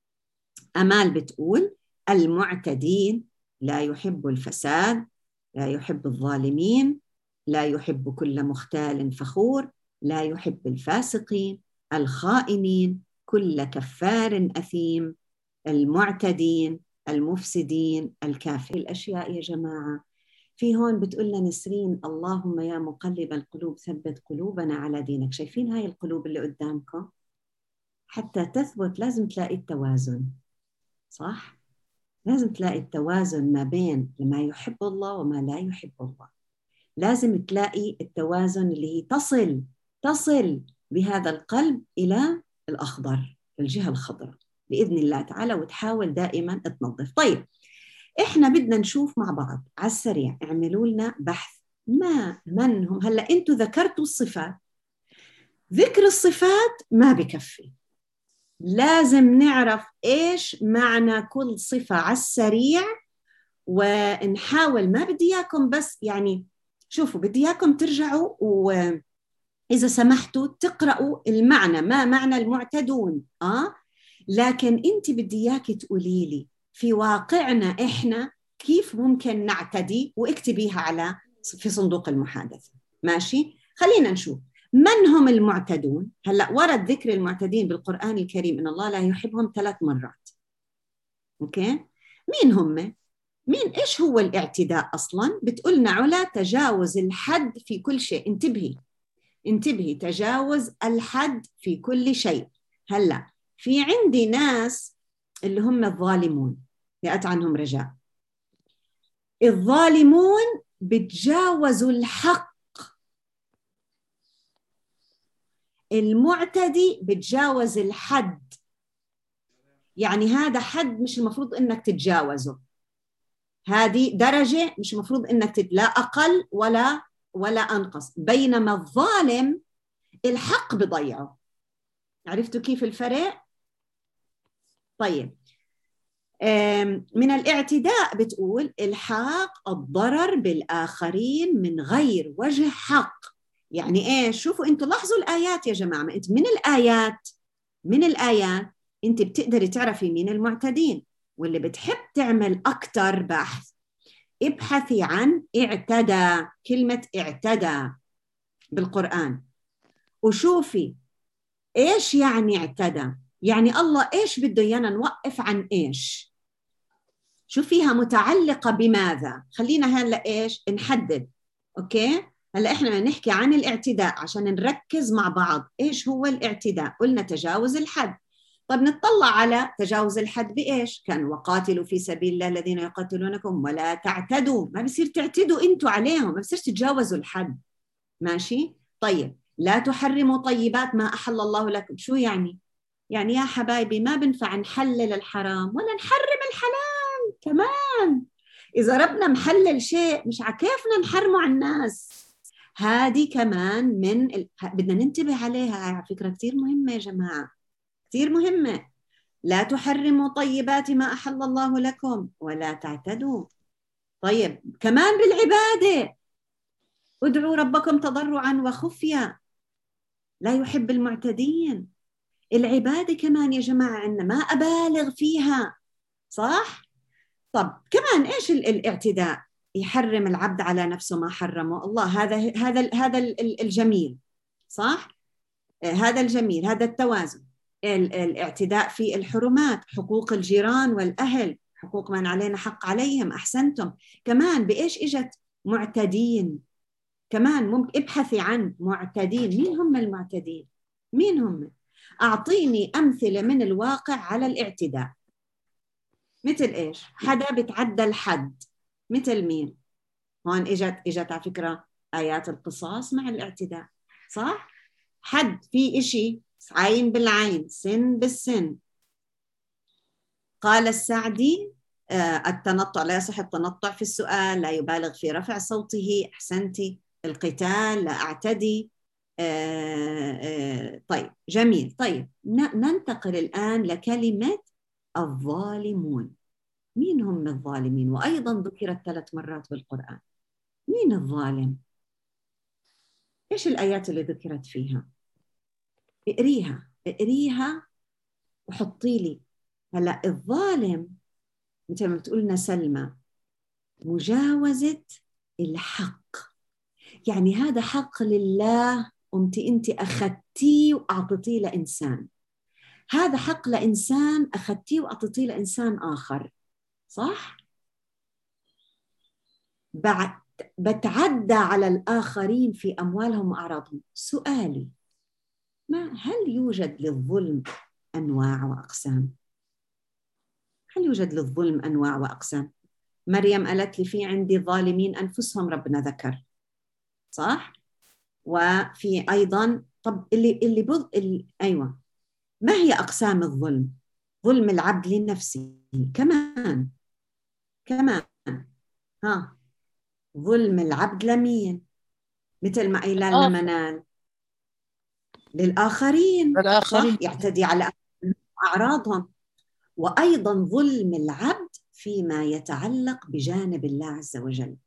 أمال بتقول المعتدين لا يحب الفساد، لا يحب الظالمين، لا يحب كل مختال فخور، لا يحب الفاسقين الخائنين كل كفار أثيم المعتدين المفسدين الكافرين. الأشياء يا جماعة في هون بتقول لنا نسرين اللهم يا مقلب القلوب ثبت قلوبنا على دينك. شايفين هاي القلوب اللي قدامكم؟ حتى تثبت لازم تلاقي التوازن، صح؟ لازم تلاقي التوازن ما بين ما يحب الله وما لا يحب الله. لازم تلاقي التوازن اللي هي تصل تصل بهذا القلب إلى الأخضر، الجهة الخضراء بإذن الله تعالى، وتحاول دائما تنظف. طيب إحنا بدنا نشوف مع بعض على السريع، اعملوا لنا بحث ما من هم. هلأ أنتوا ذكرتوا الصفات، ذكر الصفات ما بكفي، لازم نعرف إيش معنى كل صفة على السريع، ونحاول. ما بدي إياكم بس يعني شوفوا، بدي إياكم ترجعوا وإذا سمحتوا تقرأوا المعنى، ما معنى المعتدون آه؟ لكن أنت بدي إياك تقولي لي في واقعنا إحنا كيف ممكن نعتدي، واكتبيها على في صندوق المحادثة. ماشي؟ خلينا نشوف من هم المعتدون. هلأ ورد ذكر المعتدين بالقرآن الكريم إن الله لا يحبهم ثلاث مرات. أوكي؟ مين هم؟ مين؟ إيش هو الاعتداء أصلاً؟ بتقولنا علا تجاوز الحد في كل شيء. انتبهي انتبهي، تجاوز الحد في كل شيء. هلأ في عندي ناس اللي هم الظالمون، يأت عنهم رجاء. الظالمون بتجاوزوا الحق، المعتدي بتجاوز الحد، يعني هذا حد مش المفروض إنك تتجاوزه، هذه درجة مش المفروض إنك تت... لا أقل ولا ولا أنقص. بينما الظالم الحق بضيعه. عرفتوا كيف الفرق؟ طيب من الاعتداء بتقول الحاق الضرر بالآخرين من غير وجه حق. يعني إيش؟ شوفوا أنتوا لاحظوا الآيات يا جماعة، ما أنت من الآيات من الآيات أنت بتقدري تعرفي مين المعتدين. واللي بتحب تعمل أكتر بحث ابحثي عن اعتدى، كلمة اعتدى بالقرآن، وشوفي إيش يعني اعتدى، يعني الله إيش بده إيانا نوقف عن إيش، شو فيها متعلقة بماذا. خلينا هلأ إيش نحدد. أوكي هلأ إحنا نحكي عن الاعتداء عشان نركز مع بعض. إيش هو الاعتداء؟ قلنا تجاوز الحد. طب نطلع على تجاوز الحد بإيش؟ كان وقاتلوا في سبيل الله الذين يقاتلونكم ولا تعتدوا. ما بصير تعتدوا أنتوا عليهم، ما بصير تتجاوزوا الحد. ماشي؟ طيب لا تحرموا طيبات ما أحل الله لكم. شو يعني؟ يعني يا حبايبي ما بنفع نحلل الحرام ولا نحرم الحلال كمان. إذا ربنا محلل شيء مش عكيفنا نحرمه على الناس. هذه كمان من ال... بدنا ننتبه عليها، على فكرة كتير مهمة يا جماعة، كتير مهمة. لا تحرموا طيبات ما أحل الله لكم ولا تعتدوا. طيب كمان بالعبادة ادعوا ربكم تضرعا وخفيا، لا يحب المعتدين. العبادة كمان يا جماعة عندنا ما أبالغ فيها، صح؟ طب كمان إيش الاعتداء؟ يحرم العبد على نفسه ما حرمه الله. هذا هذا هذا الجميل، صح؟ هذا الجميل، هذا التوازن. الاعتداء في الحرمات، حقوق الجيران والأهل، حقوق من علينا حق عليهم، أحسنتم. كمان بإيش إجت معتدين؟ كمان ممكن ابحثي عن معتدين. مين هم المعتدين؟ مين هم؟ أعطيني أمثلة من الواقع على الاعتداء. مثل إيش؟ حدا بتعدى الحد، مثل مين؟ هون إجت إجت على فكرة آيات القصاص مع الاعتداء، صح؟ حد في إشي، عين بالعين، سن بالسن. قال السعدي آه التنطع لا يصح التنطع في السؤال، لا يبالغ في رفع صوته، أحسنتي. القتال لا أعتدي. آه آه طيب جميل. طيب ننتقل الآن لكلمة الظالمون. مين هم الظالمين؟ وأيضا ذكرت ثلاث مرات بالقرآن. مين الظالم؟ إيش الآيات اللي ذكرت فيها؟ اقريها اقريها وحطي لي هلأ الظالم مثل ما بتقولنا سلمى مجاوزة الحق، يعني هذا حق لله قمت أنت أخذتيه وأعطيتيه لإنسان، هذا حق لإنسان أخذتيه وأعطيتيه لإنسان آخر، صح؟ بعد بتعدى على الآخرين في أموالهم وأعراضهم. سؤالي، ما هل يوجد للظلم أنواع وأقسام؟ هل يوجد للظلم أنواع وأقسام؟ مريم قالت لي في عندي ظالمين أنفسهم ربنا ذكر، صح؟ وفي أيضا طب اللي اللي بض اللي أيوة، ما هي أقسام الظلم؟ ظلم العبد لنفسه كمان كمان ها، ظلم العبد لمين؟ مثل ما قايله لنا منال، للآخرين، الآخرين. صح؟ يعتدي على أعراضهم. وأيضا ظلم العبد فيما يتعلق بجانب الله عز وجل،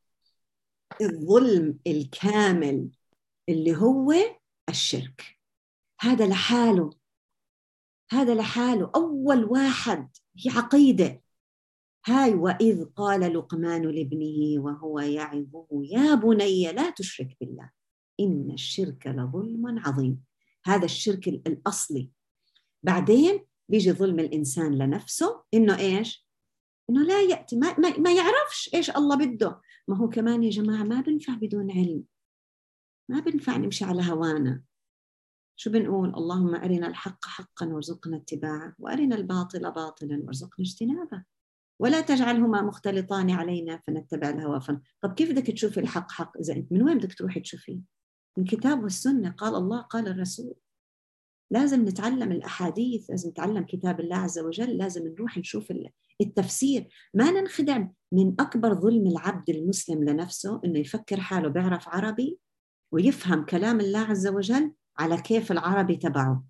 الظلم الكامل اللي هو الشرك، هذا لحاله، هذا لحاله أول واحد في عقيدة هاي. وإذ قال لقمان لابنه وهو يعظه يا بني لا تشرك بالله إن الشرك لظلم عظيم، هذا الشرك الأصلي. بعدين بيجي ظلم الإنسان لنفسه، إنه إيش؟ إنه لا يأتي ما, ما, ما يعرفش إيش الله بده. ما هو كمان يا جماعة ما بنفع بدون علم، ما بنفع نمشي على هوانا. شو بنقول؟ اللهم أرنا الحق حقا وارزقنا اتباعه وأرنا الباطل باطلا وارزقنا اجتنابه ولا تجعلهما مختلطان علينا فنتبع الهوى فن. طب كيف بدك تشوفي الحق حق إذا أنت من وين بدك تروحي تشوفيه؟ من كتاب والسنة، قال الله قال الرسول. لازم نتعلم الأحاديث، لازم نتعلم كتاب الله عز وجل، لازم نروح نشوف التفسير. ما ننخدع من أكبر ظلم العبد المسلم لنفسه إنه يفكر حاله بيعرف عربي ويفهم كلام الله عز وجل على كيف العربي تبعه.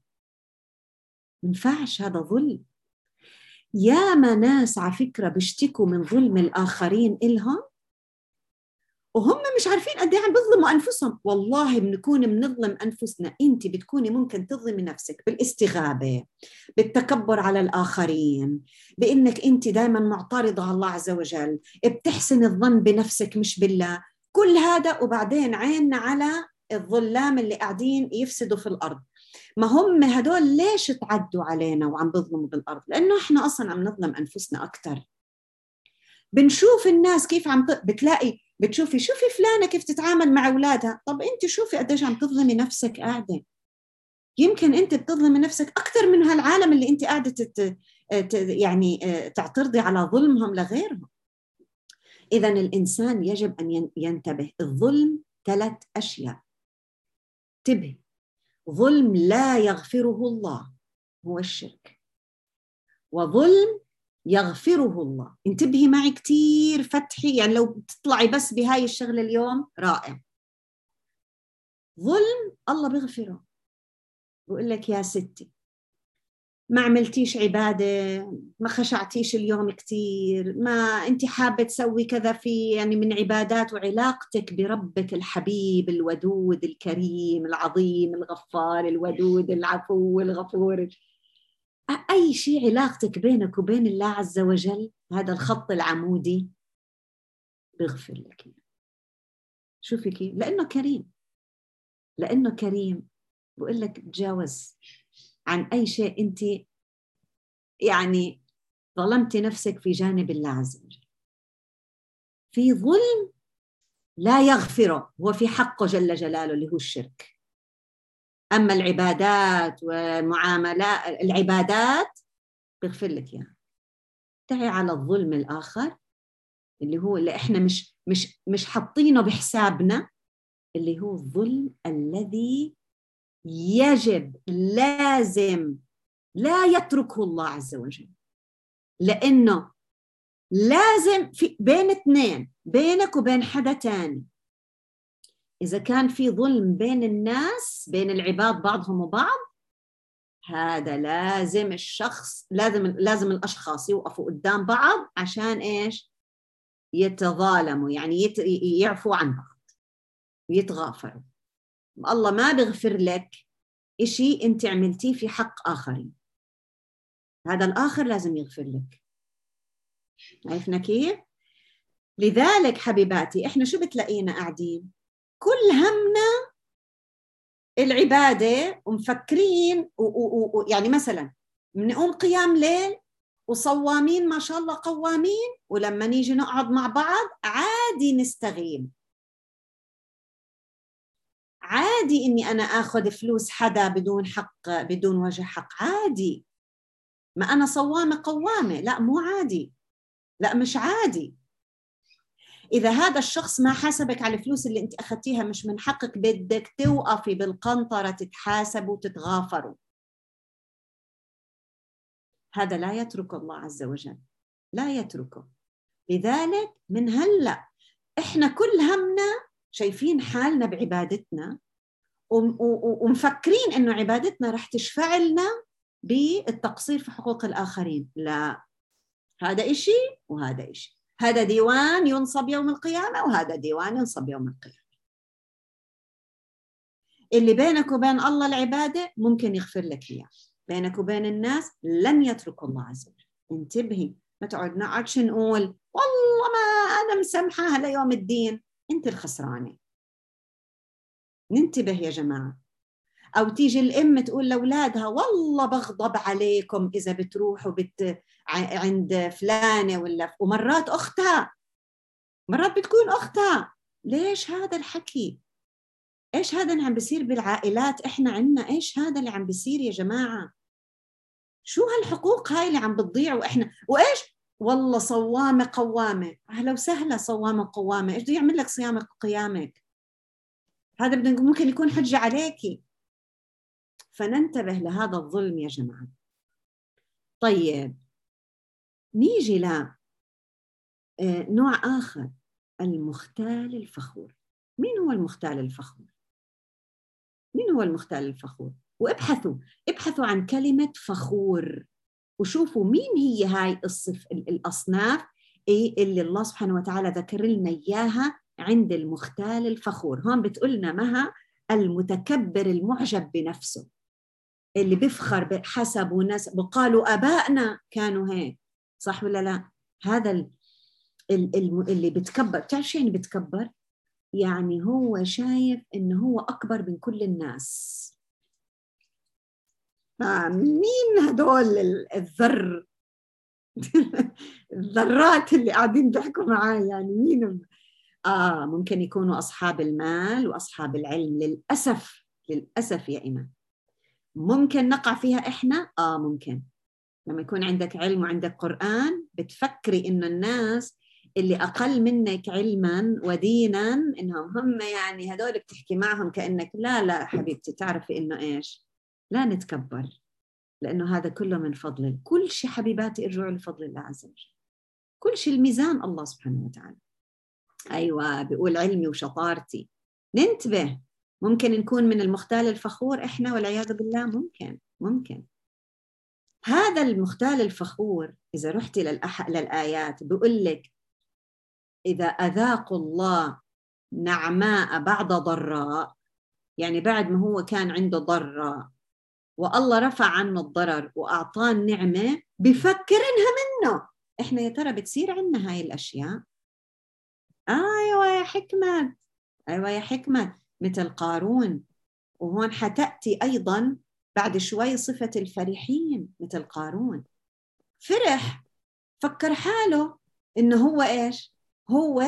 منفعش، هذا ظلم. ياما ناس على فكرة بيشتكوا من ظلم الآخرين إلهم وهم مش عارفين قد ايه عم بيظلموا أنفسهم. والله بنكون بنظلم أنفسنا. أنت بتكوني ممكن تظلمي نفسك بالاستغابة، بالتكبر على الآخرين، بإنك أنت دائما معترضة على الله عز وجل، بتحسن الظن بنفسك مش بالله، كل هذا وبعدين عيننا على الظلام اللي قاعدين يفسدوا في الأرض. ما هم هدول ليش تعدوا علينا وعم بيظلموا بالأرض؟ لأنه إحنا أصلا عم نظلم أنفسنا أكتر. بنشوف الناس كيف عم ت... بتلاقي بتشوفي شوفي فلانة كيف تتعامل مع أولادها، طب أنت شوفي قديش عم تظلمي نفسك قاعدة. يمكن أنت بتظلمي نفسك أكثر من هالعالم اللي أنت قاعدة تت... ت... يعني تعترضي على ظلمهم لغيرهم. إذن الإنسان يجب أن ينتبه. الظلم ثلاث أشياء، انتبه. ظلم لا يغفره الله هو الشرك، وظلم يغفره الله، انتبهي معي كتير فتحي، يعني لو بتطلعي بس بهاي الشغلة اليوم رائع. ظلم الله بيغفره، بقول لك يا ستي ما عملتيش عبادة، ما خشعتيش اليوم كتير، ما انت حابة تسوي كذا في يعني من عبادات، وعلاقتك بربك الحبيب الودود الكريم العظيم الغفار الودود العفو الغفور، أي شيء علاقتك بينك وبين الله عز وجل، هذا الخط العمودي بيغفر لك. شوفي كيف؟ لأنه كريم، لأنه كريم بقول لك تجاوز عن أي شيء أنت يعني ظلمتي نفسك في جانب الله عز وجل. في ظلم لا يغفره هو في حقه جل جلاله اللي هو الشرك. أما العبادات والمعاملات، العبادات بيغفر لك يعني. تعي على الظلم الآخر اللي هو اللي إحنا مش مش مش حاطينه بحسابنا، اللي هو الظلم الذي يجب لازم لا يتركه الله عز وجل، لأنه لازم في بين اثنين، بينك وبين حدا تاني. إذا كان في ظلم بين الناس، بين العباد بعضهم وبعض، هذا لازم الشخص لازم لازم الأشخاص يوقفوا قدام بعض عشان إيش؟ يتظالموا، يعني يت... يعفوا عن بعض ويتغافروا. الله ما بيغفر لك إشي أنت عملتيه في حق آخرين. هذا الآخر لازم يغفر لك. عرفنا كيف؟ لذلك حبيباتي إحنا شو بتلاقينا قاعدين كل همنا العبادة ومفكرين ويعني مثلا بنقوم قيام ليل وصوامين ما شاء الله قوامين، ولما نيجي نقعد مع بعض عادي نستغيب، عادي إني أنا أخذ فلوس حدا بدون حق بدون وجه حق، عادي. ما أنا صوامة قوامة، لا مو عادي، لا مش عادي. إذا هذا الشخص ما حاسبك على الفلوس اللي أنت أخذتيها مش من حقك، بدك توقفي بالقنطرة تتحاسبوا وتتغافروا. هذا لا يترك الله عز وجل، لا يتركه. لذلك من هلأ إحنا كل همنا شايفين حالنا بعبادتنا ومفكرين إنه عبادتنا رح تشفع لنا بالتقصير في حقوق الآخرين. لا، هذا إشي وهذا إشي، هذا ديوان ينصب يوم القيامة وهذا ديوان ينصب يوم القيامة. اللي بينك وبين الله العبادة ممكن يغفر لك إياه، بينك وبين الناس لن يترك الله عز وجل. انتبهي، ما تقعد نقعدش نقول والله ما أنا مسامحاها ليوم الدين، أنت الخسرانة. ننتبه يا جماعة. أو تيجي الأم تقول لأولادها والله بغضب عليكم إذا بتروحوا بت... عند فلانة ولا، ومرات أختها، مرات بتكون أختها. ليش هذا الحكي؟ إيش هذا اللي عم بيصير بالعائلات إحنا عنا؟ إيش هذا اللي عم بيصير يا جماعة؟ شو هالحقوق هاي اللي عم بتضيع؟ وإحنا وإيش؟ والله صوامة قوامة. أهلا وسهلا، صوامة قوامة، إيش بده يعمل لك صيامك وقيامك؟ هذا ممكن يكون حجة عليكي. فننتبه لهذا الظلم يا جماعة. طيب نيجي ل نوع آخر، المختال الفخور. مين هو المختال الفخور؟ مين هو المختال الفخور؟ وابحثوا ابحثوا عن كلمة فخور وشوفوا مين هي هاي الصف الأصناف اللي الله سبحانه وتعالى ذكر لنا إياها عند المختال الفخور. هون بتقولنا مها المتكبر المعجب بنفسه، اللي بيفخر بحسب ونسب، وقالوا آبائنا كانوا هيك، صح ولا لا؟ هذا اللي بتكبر. بتعرف شو يعني بتكبر؟ يعني هو شايف إنه هو أكبر من كل الناس. آه مين هدول الذر الذرات اللي قاعدين بيحكوا معاي؟ يعني مين؟ آه ممكن يكونوا أصحاب المال وأصحاب العلم. للأسف للأسف يا إيمان ممكن نقع فيها إحنا. آه ممكن لما يكون عندك علم وعندك قرآن بتفكري إنه الناس اللي أقل منك علما ودينا إنهم هم يعني هدول بتحكي معهم كأنك. لا لا حبيبتي، تعرفي إنه إيش؟ لا نتكبر، لأنه هذا كله من فضل. كل شيء حبيباتي ارجعوا لفضل الله عز وجل. كل شيء الميزان الله سبحانه وتعالى. أيوة بيقول علمي وشطارتي. ننتبه، ممكن نكون من المختال الفخور إحنا والعياذ بالله. ممكن ممكن هذا المختال الفخور إذا رحتي للأح... للآيات بيقول لك إذا أذاقوا الله نعماء بعد ضراء، يعني بعد ما هو كان عنده ضراء والله رفع عنه الضرر وأعطاه النعمة بفكر إنها منه. إحنا يا ترى بتصير عنا هاي الأشياء؟ أيوة يا حكمة، أيوة يا حكمة، مثل قارون. وهون حتأتي أيضا بعد شوي صفة الفرحين مثل قارون. فرح، فكر حاله إنه هو إيش؟ هو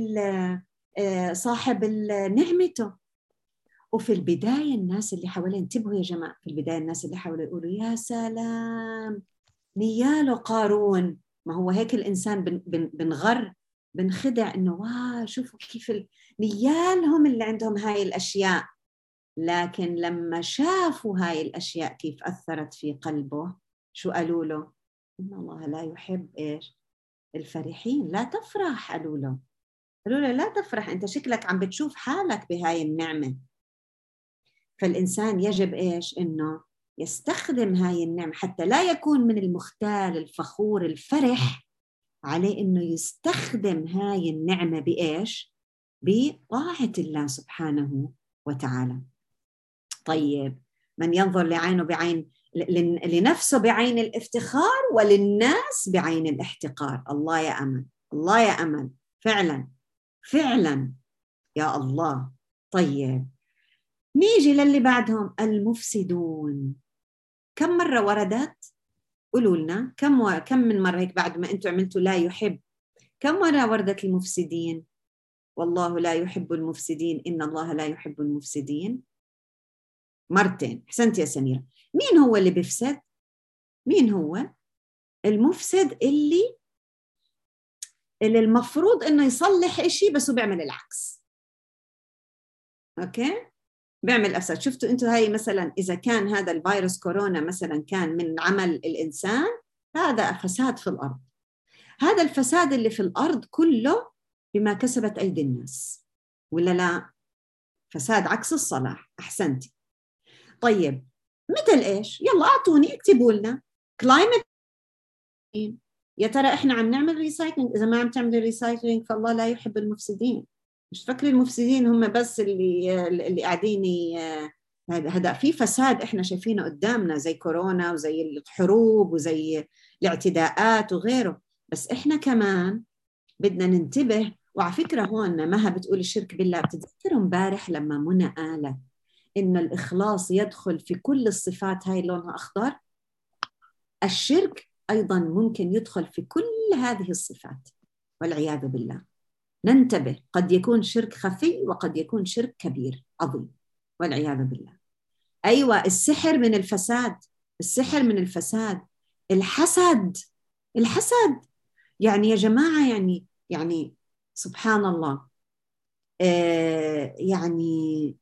صاحب نعمته. وفي البداية الناس اللي حواليه، انتبهوا يا جماعة، في البداية الناس اللي حواليه يقولوا يا سلام نياله قارون. ما هو هيك الإنسان بن بن بنغر بنخدع إنه واه شوفوا كيف نيالهم اللي عندهم هاي الأشياء. لكن لما شافوا هاي الأشياء كيف أثرت في قلبه، شو قالوا له؟ إن الله لا يحب إيش؟ الفرحين. لا تفرح، قالوا له قالوا له لا تفرح، أنت شكلك عم بتشوف حالك بهاي النعمة. فالإنسان يجب إيش؟ إنه يستخدم هاي النعمة حتى لا يكون من المختال الفخور الفرح. عليه إنه يستخدم هاي النعمة بإيش؟ بطاعة الله سبحانه وتعالى. طيب من ينظر لعينه بعين لنفسه بعين الافتخار وللناس بعين الاحتقار. الله يا أمل، الله يا أمل، فعلا فعلا يا الله. طيب نيجي للي بعدهم، المفسدون. كم مرة وردت؟ قولوا لنا كم و... كم من مرة هيك بعد ما أنتم عملتوا لا يحب، كم مرة وردت المفسدين؟ والله لا يحب المفسدين، إن الله لا يحب المفسدين. مرتين. أحسنت يا سميرة. مين هو اللي بيفسد؟ مين هو المفسد؟ اللي اللي المفروض إنه يصلح إشي بس هو بيعمل العكس. أوكي؟ بيعمل أفساد. شفتوا أنتوا هاي مثلا إذا كان هذا الفيروس كورونا مثلا كان من عمل الإنسان، هذا فساد في الأرض. هذا الفساد اللي في الأرض كله بما كسبت أيدي الناس، ولا لا؟ فساد عكس الصلاح. أحسنتي. طيب مثل إيش؟ يلا أعطوني، اكتبوا لنا. كلايمت، يا ترى إحنا عم نعمل ريسايكلينج؟ إذا ما عم تعمل ريسايكلينج فالله لا يحب المفسدين. مش فكري المفسدين هم بس اللي اللي قاعدين هذا. في فساد إحنا شايفينه قدامنا زي كورونا وزي الحروب وزي الاعتداءات وغيره، بس إحنا كمان بدنا ننتبه. وعلى فكرة هون مها بتقول الشرك بالله، بتتذكروا امبارح لما منى قالت إن الإخلاص يدخل في كل الصفات هاي لونها أخضر؟ الشرك أيضا ممكن يدخل في كل هذه الصفات والعياذ بالله. ننتبه، قد يكون شرك خفي وقد يكون شرك كبير عظيم والعياذ بالله. أيوة، السحر من الفساد، السحر من الفساد. الحسد، الحسد يعني يا جماعة يعني يعني سبحان الله. آه يعني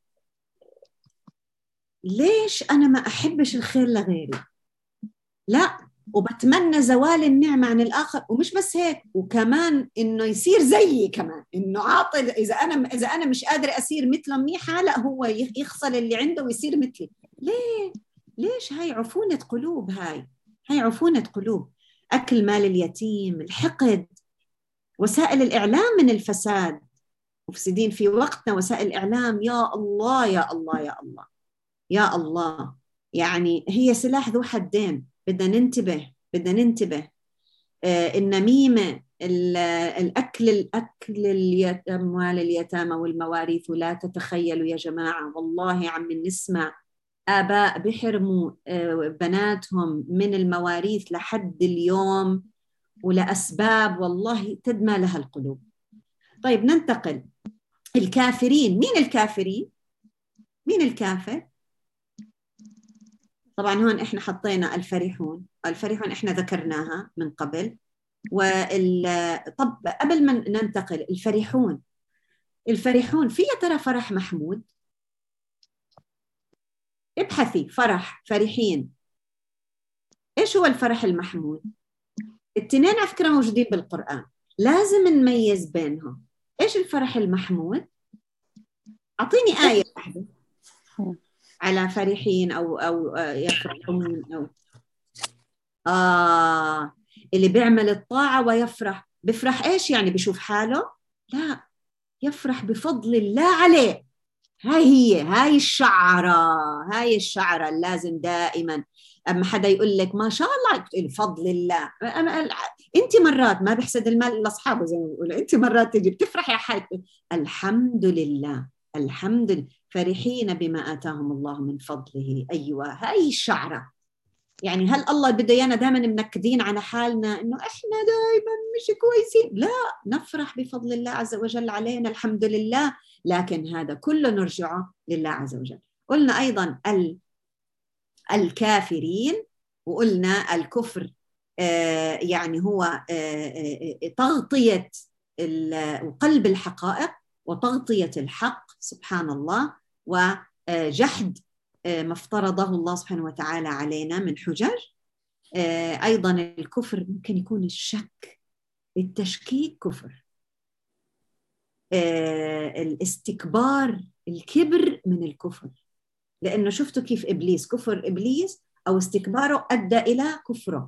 ليش أنا ما أحبش الخير لغيري؟ لا، وبتمنى زوال النعمة عن الآخر. ومش بس هيك، وكمان إنه يصير زيي كمان، إنه عاطل. إذا أنا إذا أنا مش قادرة أصير مثله منيحة، لا هو يخسر اللي عنده ويصير مثلي. ليه؟ ليش؟ هاي عفونة قلوب، هاي هاي عفونة قلوب. أكل مال اليتيم، الحقد. وسائل الإعلام من الفساد، مفسدين في وقتنا وسائل الإعلام. يا الله يا الله يا الله يا الله. يعني هي سلاح ذو حدين. بدنا ننتبه، بدنا ننتبه. آه النميمة، الأكل الأكل الأموال اليتامى والمواريث. ولا تتخيلوا يا جماعة، والله عم نسمع آباء بيحرموا آه بناتهم من المواريث لحد اليوم، ولأسباب والله تدمى لها القلوب. طيب ننتقل. الكافرين. مين الكافرين؟ مين الكافر؟ طبعا هون احنا حطينا الفرحون. الفرحون احنا ذكرناها من قبل. وال طب قبل ما ننتقل، الفرحون، الفرحون في يا ترى فرح محمود؟ ابحثي فرح، فرحين. ايش هو الفرح المحمود؟ الاثنين على فكرة موجودين بالقرآن، لازم نميز بينهم. ايش الفرح المحمود؟ اعطيني آية واحدة على فرحين أو أو يفرحون أو آه اللي بيعمل الطاعة ويفرح. بفرح إيش يعني؟ بيشوف حاله؟ لا، يفرح بفضل الله عليه. هاي هي هاي الشعرة، هاي الشعرة لازم دائما أما حدا يقول لك ما شاء الله تقول فضل الله. أنت مرات ما بحسد المال إلا أصحابه زي ما بيقولوا. أنت مرات تجي بتفرح يا حي الحمد لله، الحمد لله، فرحين بما آتاهم الله من فضله. أيوة، هاي الشعرة. يعني هل الله بده ايانا دائما منكدين على حالنا انه احنا دائما مش كويسين؟ لا، نفرح بفضل الله عز وجل علينا، الحمد لله. لكن هذا كله نرجعه لله عز وجل. قلنا ايضا ال الكافرين، وقلنا الكفر آه يعني هو آه آه تغطية قلب الحقائق وتغطية الحق سبحان الله، وجحد ما افترضه الله سبحانه وتعالى علينا من حجج. أيضا الكفر ممكن يكون الشك، التشكيك كفر. الاستكبار، الكبر من الكفر، لأنه شفتوا كيف إبليس، كفر إبليس أو استكباره أدى إلى كفره.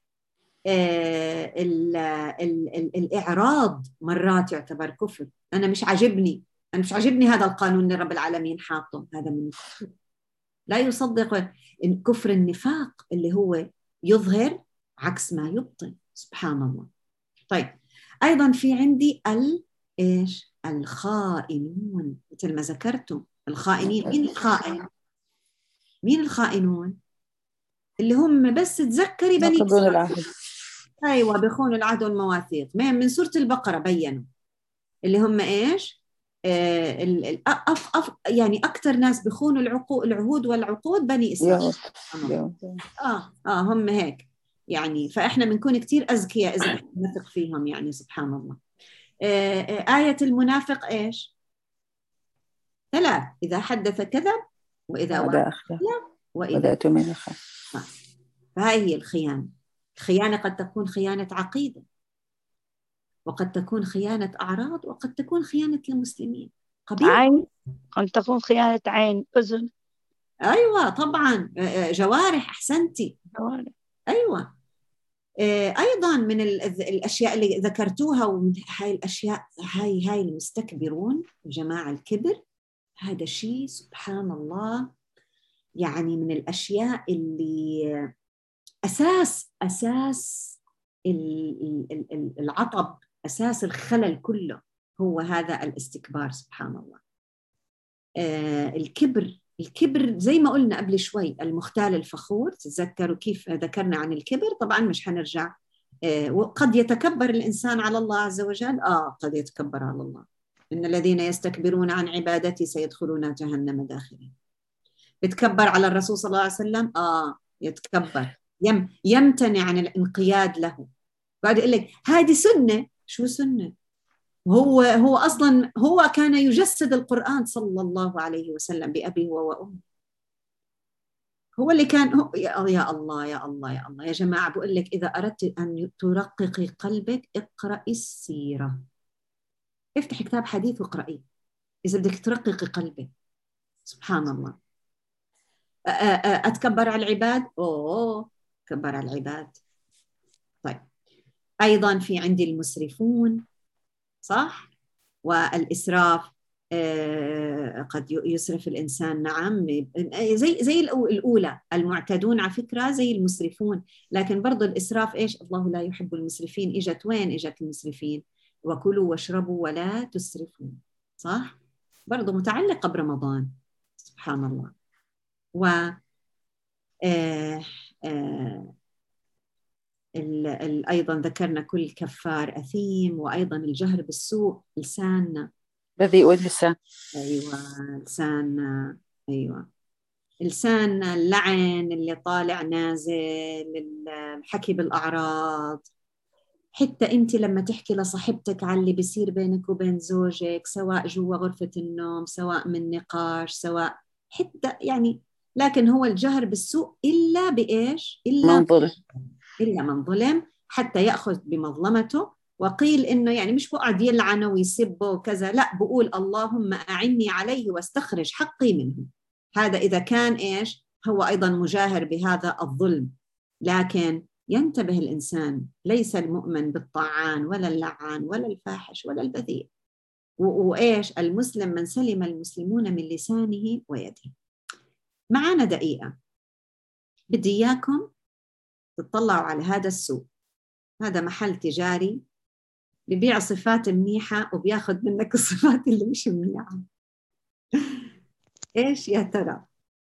ال ال ال الإعراض مرات يعتبر كفر. أنا مش عاجبني، أنا مش عاجبني هذا القانون اللي رب العالمين حاطه، هذا من الكفر. لا يصدق. إن كفر النفاق اللي هو يظهر عكس ما يبطن، سبحان الله. طيب أيضا في عندي ال إيش الخائنون، مثل ما ذكرتم الخائنين. مين الخائن؟ مين الخائنون؟ اللي هم بس تذكري بني ينقضون العهد. أيوة، بخون العهد والمواثيق. من من سورة البقرة بينوا اللي هم إيش آه ال- ال- أف أف يعني أكثر ناس بخونوا العقود العهود والعقود بني إسرائيل. يوم. آه آه هم هيك يعني. فإحنا بنكون كتير أذكياء إذا إحنا نثق فيهم يعني، سبحان الله. آه آه آية المنافق إيش؟ ثلاث: إذا حدث كذب، وإذا وعد أخذ، وإذا وإذا أؤتمن خان. فهاي هي الخيانة. الخيانة قد تكون خيانة عقيدة، وقد تكون خيانة أعراض، وقد تكون خيانة المسلمين. قبيح. عين، قد تكون خيانة عين، أذن. أيوة طبعا. جوارح، أحسنتي. جوارح. أيوة. أيضا من الأشياء اللي ذكرتوها، ومن هاي الأشياء، هاي هاي المستكبرون جماعة، الكبر. هذا شيء سبحان الله يعني من الأشياء اللي أساس أساس العطب، أساس الخلل كله هو هذا الاستكبار، سبحان الله. آه الكبر الكبر زي ما قلنا قبل شوي، المختال الفخور. تتذكروا كيف ذكرنا عن الكبر؟ طبعا مش حنرجع. آه وقد يتكبر الإنسان على الله عز وجل. آه قد يتكبر على الله. إن الذين يستكبرون عن عبادتي سيدخلون جهنم داخلين. بتكبر على الرسول صلى الله عليه وسلم. آه يتكبر، يم يمتنع عن الانقياد له. بعد يقول لك هذه سنة. شو سنة؟ هو هو أصلا هو كان يجسد القرآن صلى الله عليه وسلم بأبيه وأمه. هو اللي كان هو. يا الله يا الله يا الله يا الله يا جماعة، بقول لك إذا أردت أن ترققي قلبك اقرأي السيرة. افتحي كتاب حديث واقرأيه إذا بدك ترققي قلبك. سبحان الله. أتكبر على العباد؟ أوه أتكبر على العباد. طيب أيضا في عندي المسرفون، صح؟ والإسراف. آه قد يسرف الإنسان، نعم، زي زي الأولى المعتدون على فكرة، زي المسرفون. لكن برضو الإسراف إيش؟ الله لا يحب المسرفين. إجت وين إجت المسرفين؟ وكلوا واشربوا ولا تسرفوا، صح؟ برضو متعلقة برمضان، سبحان الله. و آه آه أيضا ذكرنا كل كفار أثيم، وأيضا الجهر بالسوء، لساننا بذيء اللسان. أيوة لساننا. أيوة لساننا، اللعن اللي طالع نازل، الحكي بالأعراض. حتى أنت لما تحكي لصاحبتك على اللي بيصير بينك وبين زوجك، سواء جوا غرفة النوم، سواء من نقاش، سواء حتى يعني. لكن هو الجهر بالسوء إلا بإيش؟ إلا من ظلم. إلا من ظلم حتى يأخذ بمظلمته. وقيل إنه يعني مش بقعد يلعنه ويسبه وكذا، لا، بقول اللهم أعني عليه واستخرج حقي منه. هذا إذا كان إيش؟ هو أيضا مجاهر بهذا الظلم. لكن ينتبه الإنسان، ليس المؤمن بالطعان ولا اللعان ولا الفاحش ولا البذيء. وإيش؟ المسلم من سلم المسلمون من لسانه ويده. معنا دقيقة، بدي إياكم تطلعوا على هذا السوق. هذا محل تجاري ببيع صفات منيحة وبياخد منك الصفات اللي مش منيحة. إيش يا ترى؟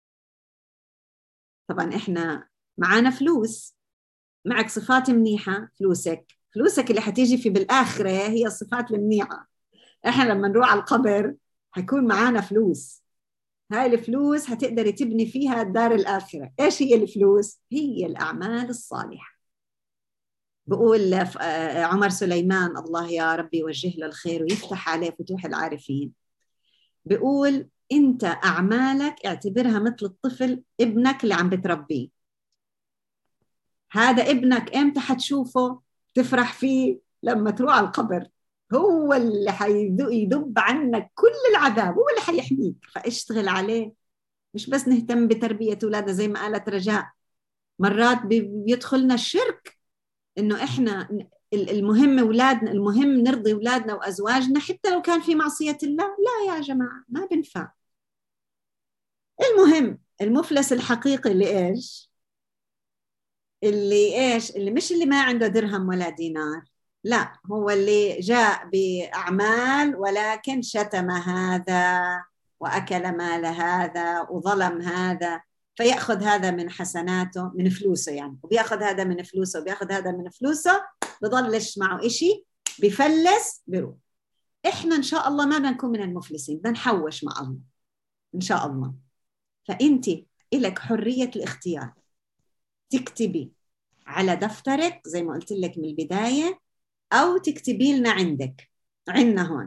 طبعا إحنا معانا فلوس، معك صفات منيحة، فلوسك فلوسك اللي حتيجي في بالآخرة هي الصفات المنيحة. إحنا لما نروح على القبر حيكون معانا فلوس. هاي الفلوس هتقدري تبني فيها الدار الآخرة. إيش هي الفلوس؟ هي الأعمال الصالحة. بقول عمر سليمان، الله يا ربي يوجه له الخير ويفتح عليه فتوح العارفين، بقول أنت أعمالك اعتبرها مثل الطفل ابنك اللي عم بتربيه. هذا ابنك إمتى حتشوفه تفرح فيه؟ لما تروح على القبر. هو اللي حيدب عنك كل العذاب، هو اللي حيحميك. فاشتغل عليه، مش بس نهتم بتربية أولادنا زي ما قالت رجاء. مرات بيدخلنا الشرك إنه إحنا المهم أولادنا، المهم نرضي أولادنا وأزواجنا حتى لو كان في معصية الله. لا يا جماعة، ما بنفع. المهم المفلس الحقيقي اللي إيش؟ اللي إيش؟ اللي مش اللي ما عنده درهم ولا دينار، لا، هو اللي جاء بأعمال ولكن شتم هذا وأكل مال هذا وظلم هذا، فيأخذ هذا من حسناته، من فلوسه يعني، وبيأخذ هذا من فلوسه وبيأخذ هذا من فلوسه، بضلش معه إشي، بفلس بيروح. إحنا إن شاء الله ما بنكون من المفلسين، بنحوش مع الله إن شاء الله. فأنت إلك حرية الاختيار، تكتبي على دفترك زي ما قلت لك من البداية، أو تكتبي لنا عندك عندنا هون.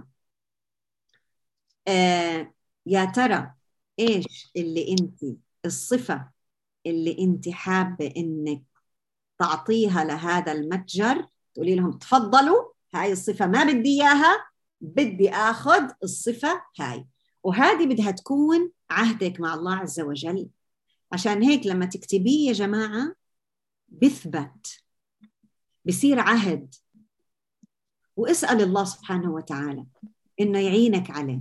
آه يا ترى إيش اللي أنت، الصفة اللي أنت حابة إنك تعطيها لهذا المتجر، تقولي لهم تفضلوا هاي الصفة ما بدي إياها، بدي آخذ الصفة هاي. وهذه بدها تكون عهدك مع الله عز وجل، عشان هيك لما تكتبيه يا جماعة بثبت، بصير عهد، واسأل الله سبحانه وتعالى إنه يعينك عليه.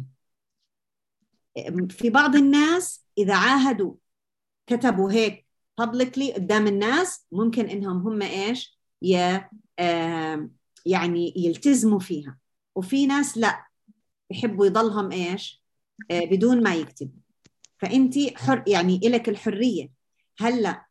في بعض الناس إذا عاهدوا كتبوا هيك publicly قدام الناس، ممكن إنهم هم إيش يا آه يعني يلتزموا فيها، وفي ناس لا، يحبوا يضلهم إيش آه بدون ما يكتب. فأنت حر، يعني إلك الحرية. هلأ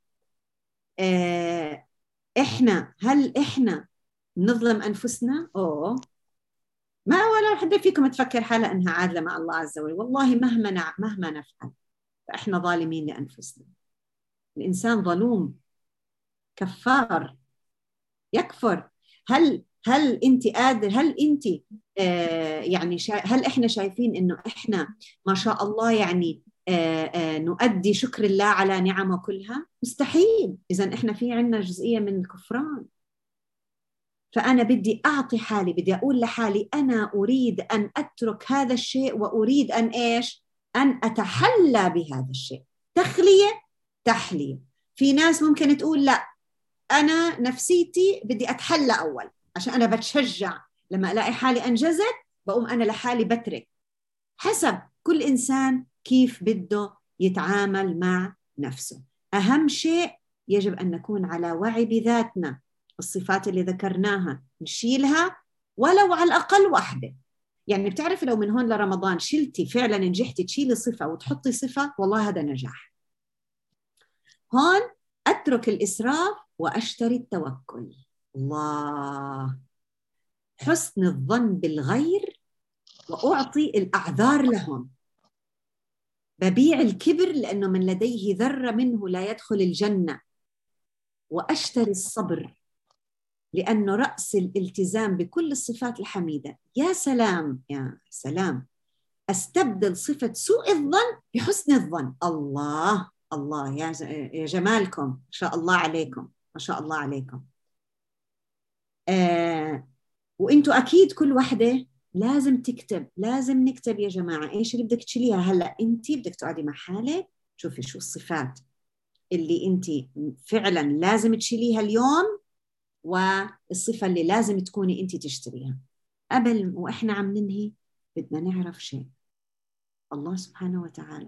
آه إحنا هل إحنا نظلم أنفسنا؟ أوه، ما ولا حدا فيكم تفكر حالة أنها عادلة مع الله عز وجل، والله مهما نع... مهما نفعل فإحنا ظالمين لأنفسنا. الإنسان ظلوم كفار يكفر. هل هل أنت قادر، هل أنت آه يعني شا... هل إحنا شايفين إنه إحنا ما شاء الله يعني آه آه نؤدي شكر الله على نعمه كلها؟ مستحيل. إذن إحنا في عنا جزئية من الكفران. فأنا بدي أعطي حالي، بدي أقول لحالي أنا أريد أن أترك هذا الشيء، وأريد أن إيش؟ أن أتحلى بهذا الشيء. تخلية تحلية. في ناس ممكن تقول لا، أنا نفسيتي بدي أتحلى أول، عشان أنا بتشجع لما ألاقي حالي أنجزت بقوم أنا لحالي بترك. حسب كل إنسان كيف بده يتعامل مع نفسه. أهم شيء يجب أن نكون على وعي بذاتنا. الصفات اللي ذكرناها نشيلها ولو على الأقل واحدة. يعني بتعرف لو من هون لرمضان شلتي فعلا نجحتي تشيلي صفة وتحطي صفة، والله هذا نجاح. هون أترك الإسراف وأشتري التوكل. الله، حسن الظن بالغير وأعطي الأعذار لهم. ببيع الكبر لأنه من لديه ذرة منه لا يدخل الجنة، وأشتري الصبر لأنه رأس الالتزام بكل الصفات الحميدة. يا سلام يا سلام، أستبدل صفة سوء الظن بحسن الظن. الله الله، يا جمالكم، ما شاء الله عليكم، ما شاء الله عليكم. آه وإنتوا أكيد كل وحدة لازم تكتب، لازم نكتب يا جماعة إيش اللي بدك تشيليها. هلأ أنت بدك تقعدي مع حالك شوفي شو الصفات اللي أنت فعلا لازم تشيليها اليوم، والصفة اللي لازم تكوني أنت تشتريها. قبل وإحنا عم ننهي بدنا نعرف شيء، الله سبحانه وتعالى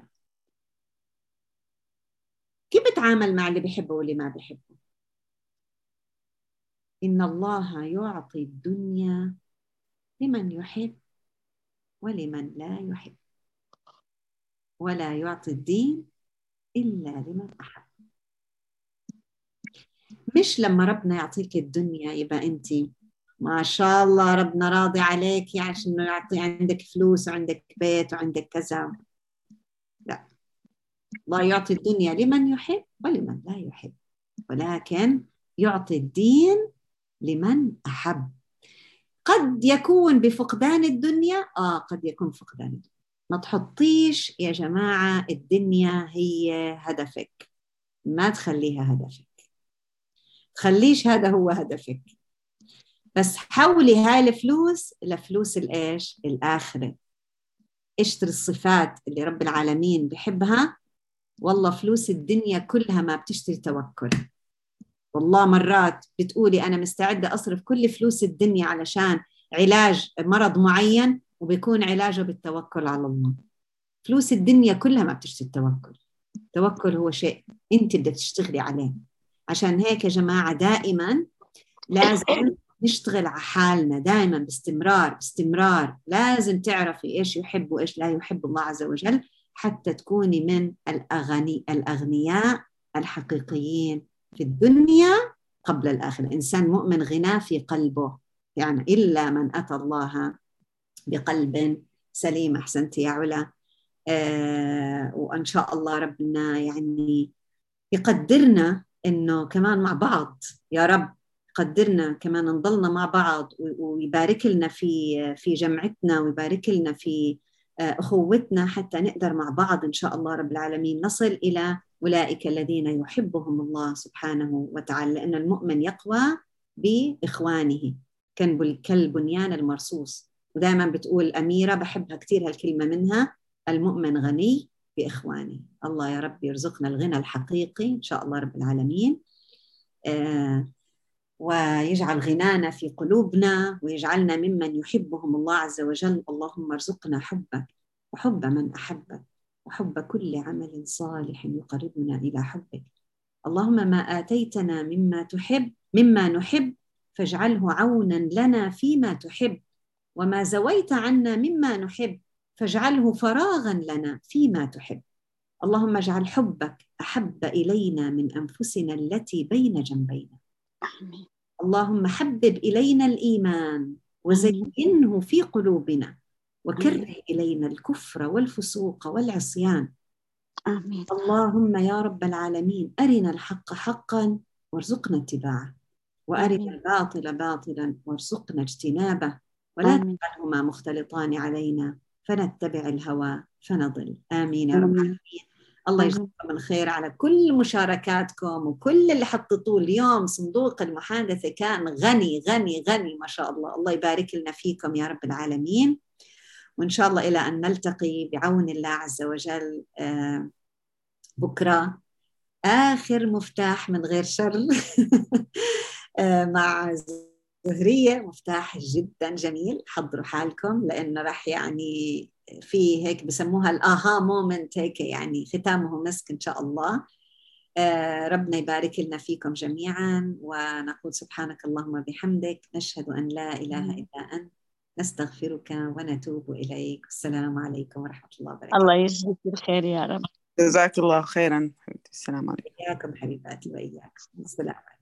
كيف بتعامل مع اللي بيحبه واللي ما بيحبه. إن الله يعطي الدنيا لمن يحب ولمن لا يحب، ولا يعطي الدين إلا لمن أحب. مش لما ربنا يعطيك الدنيا يبقى أنت ما شاء الله ربنا راضي عليك يعني عشان يعطي عندك فلوس وعندك بيت وعندك كذا. لا، الله يعطي الدنيا لمن يحب ولمن لا يحب، ولكن يعطي الدين لمن أحب. قد يكون بفقدان الدنيا، آه قد يكون فقدان الدنيا. ما تحطيش يا جماعة الدنيا هي هدفك، ما تخليها هدفك، تخليش هذا هو هدفك. بس حولي هاي الفلوس لفلوس الإيش؟ الآخرة. اشتري الصفات اللي رب العالمين بحبها. والله فلوس الدنيا كلها ما بتشتري توكل. والله مرات بتقولي أنا مستعدة أصرف كل فلوس الدنيا علشان علاج مرض معين، وبيكون علاجه بالتوكل على الله. فلوس الدنيا كلها ما بتشتري التوكل. التوكل هو شيء أنت بدك تشتغلي عليه. عشان هيك يا جماعة دائما لازم نشتغل على حالنا دائما باستمرار باستمرار. لازم تعرفي إيش يحب وإيش لا يحب الله عز وجل حتى تكوني من الأغني الأغنياء الحقيقيين في الدنيا قبل الآخرة. إنسان مؤمن غنى في قلبه، يعني إلا من أتى الله بقلب سليم. أحسنت يا علا. آه وإن شاء الله ربنا يعني يقدرنا إنه كمان مع بعض، يا رب قدرنا كمان نضلنا مع بعض ويبارك لنا في في جمعتنا ويبارك لنا في أخوتنا حتى نقدر مع بعض إن شاء الله رب العالمين نصل إلى أولئك الذين يحبهم الله سبحانه وتعالى. لأن المؤمن يقوى بإخوانه كالبنيان المرصوص. ودائما بتقول أميرة بحبها كثير هالكلمة منها: المؤمن غني بإخوانه. الله يا رب يرزقنا الغنى الحقيقي إن شاء الله رب العالمين، آه ويجعل غنانا في قلوبنا ويجعلنا ممن يحبهم الله عز وجل. اللهم ارزقنا حبك وحب من أحبك وحب كل عمل صالح يقربنا إلى حبك. اللهم ما آتيتنا مما تحب مما نحب فاجعله عونا لنا فيما تحب، وما زويت عنا مما نحب فاجعله فراغا لنا فيما تحب. اللهم اجعل حبك أحب إلينا من أنفسنا التي بين جنبينا. آمين. اللهم حبب إلينا الإيمان وزينه في قلوبنا وكره إلينا الكفر والفسوق والعصيان. آمين. اللهم يا رب العالمين أرنا الحق حقا وارزقنا اتباعه، وأرنا الباطل باطلا وارزقنا اجتنابه، ولا تجعلهما مختلطان علينا فنتبع الهوى فنضل. آمين يا رب العالمين. الله يجزاكم الخير على كل مشاركاتكم وكل اللي حطيتوه اليوم. صندوق المحادثة كان غني غني غني ما شاء الله. الله يبارك لنا فيكم يا رب العالمين، وإن شاء الله إلى أن نلتقي بعون الله عز وجل آه بكرة آخر مفتاح من غير شر آه مع زهرية، مفتاح جدا جميل. حضروا حالكم لأنه رح يعني في هيك بسموها الآها مومنت، هيك يعني ختامه مسك إن شاء الله. آه ربنا يبارك لنا فيكم جميعا، ونقول سبحانك اللهم بحمدك نشهد أن لا إله إلا أنت نستغفرك ونتوب إليك. السلام عليكم ورحمة الله وبركاته. الله يجزيك بالخير يا رب. جزاك الله خيرا حبيبتي. السلام عليكم. إياكم حبيباتي وإياكم. السلام عليكم.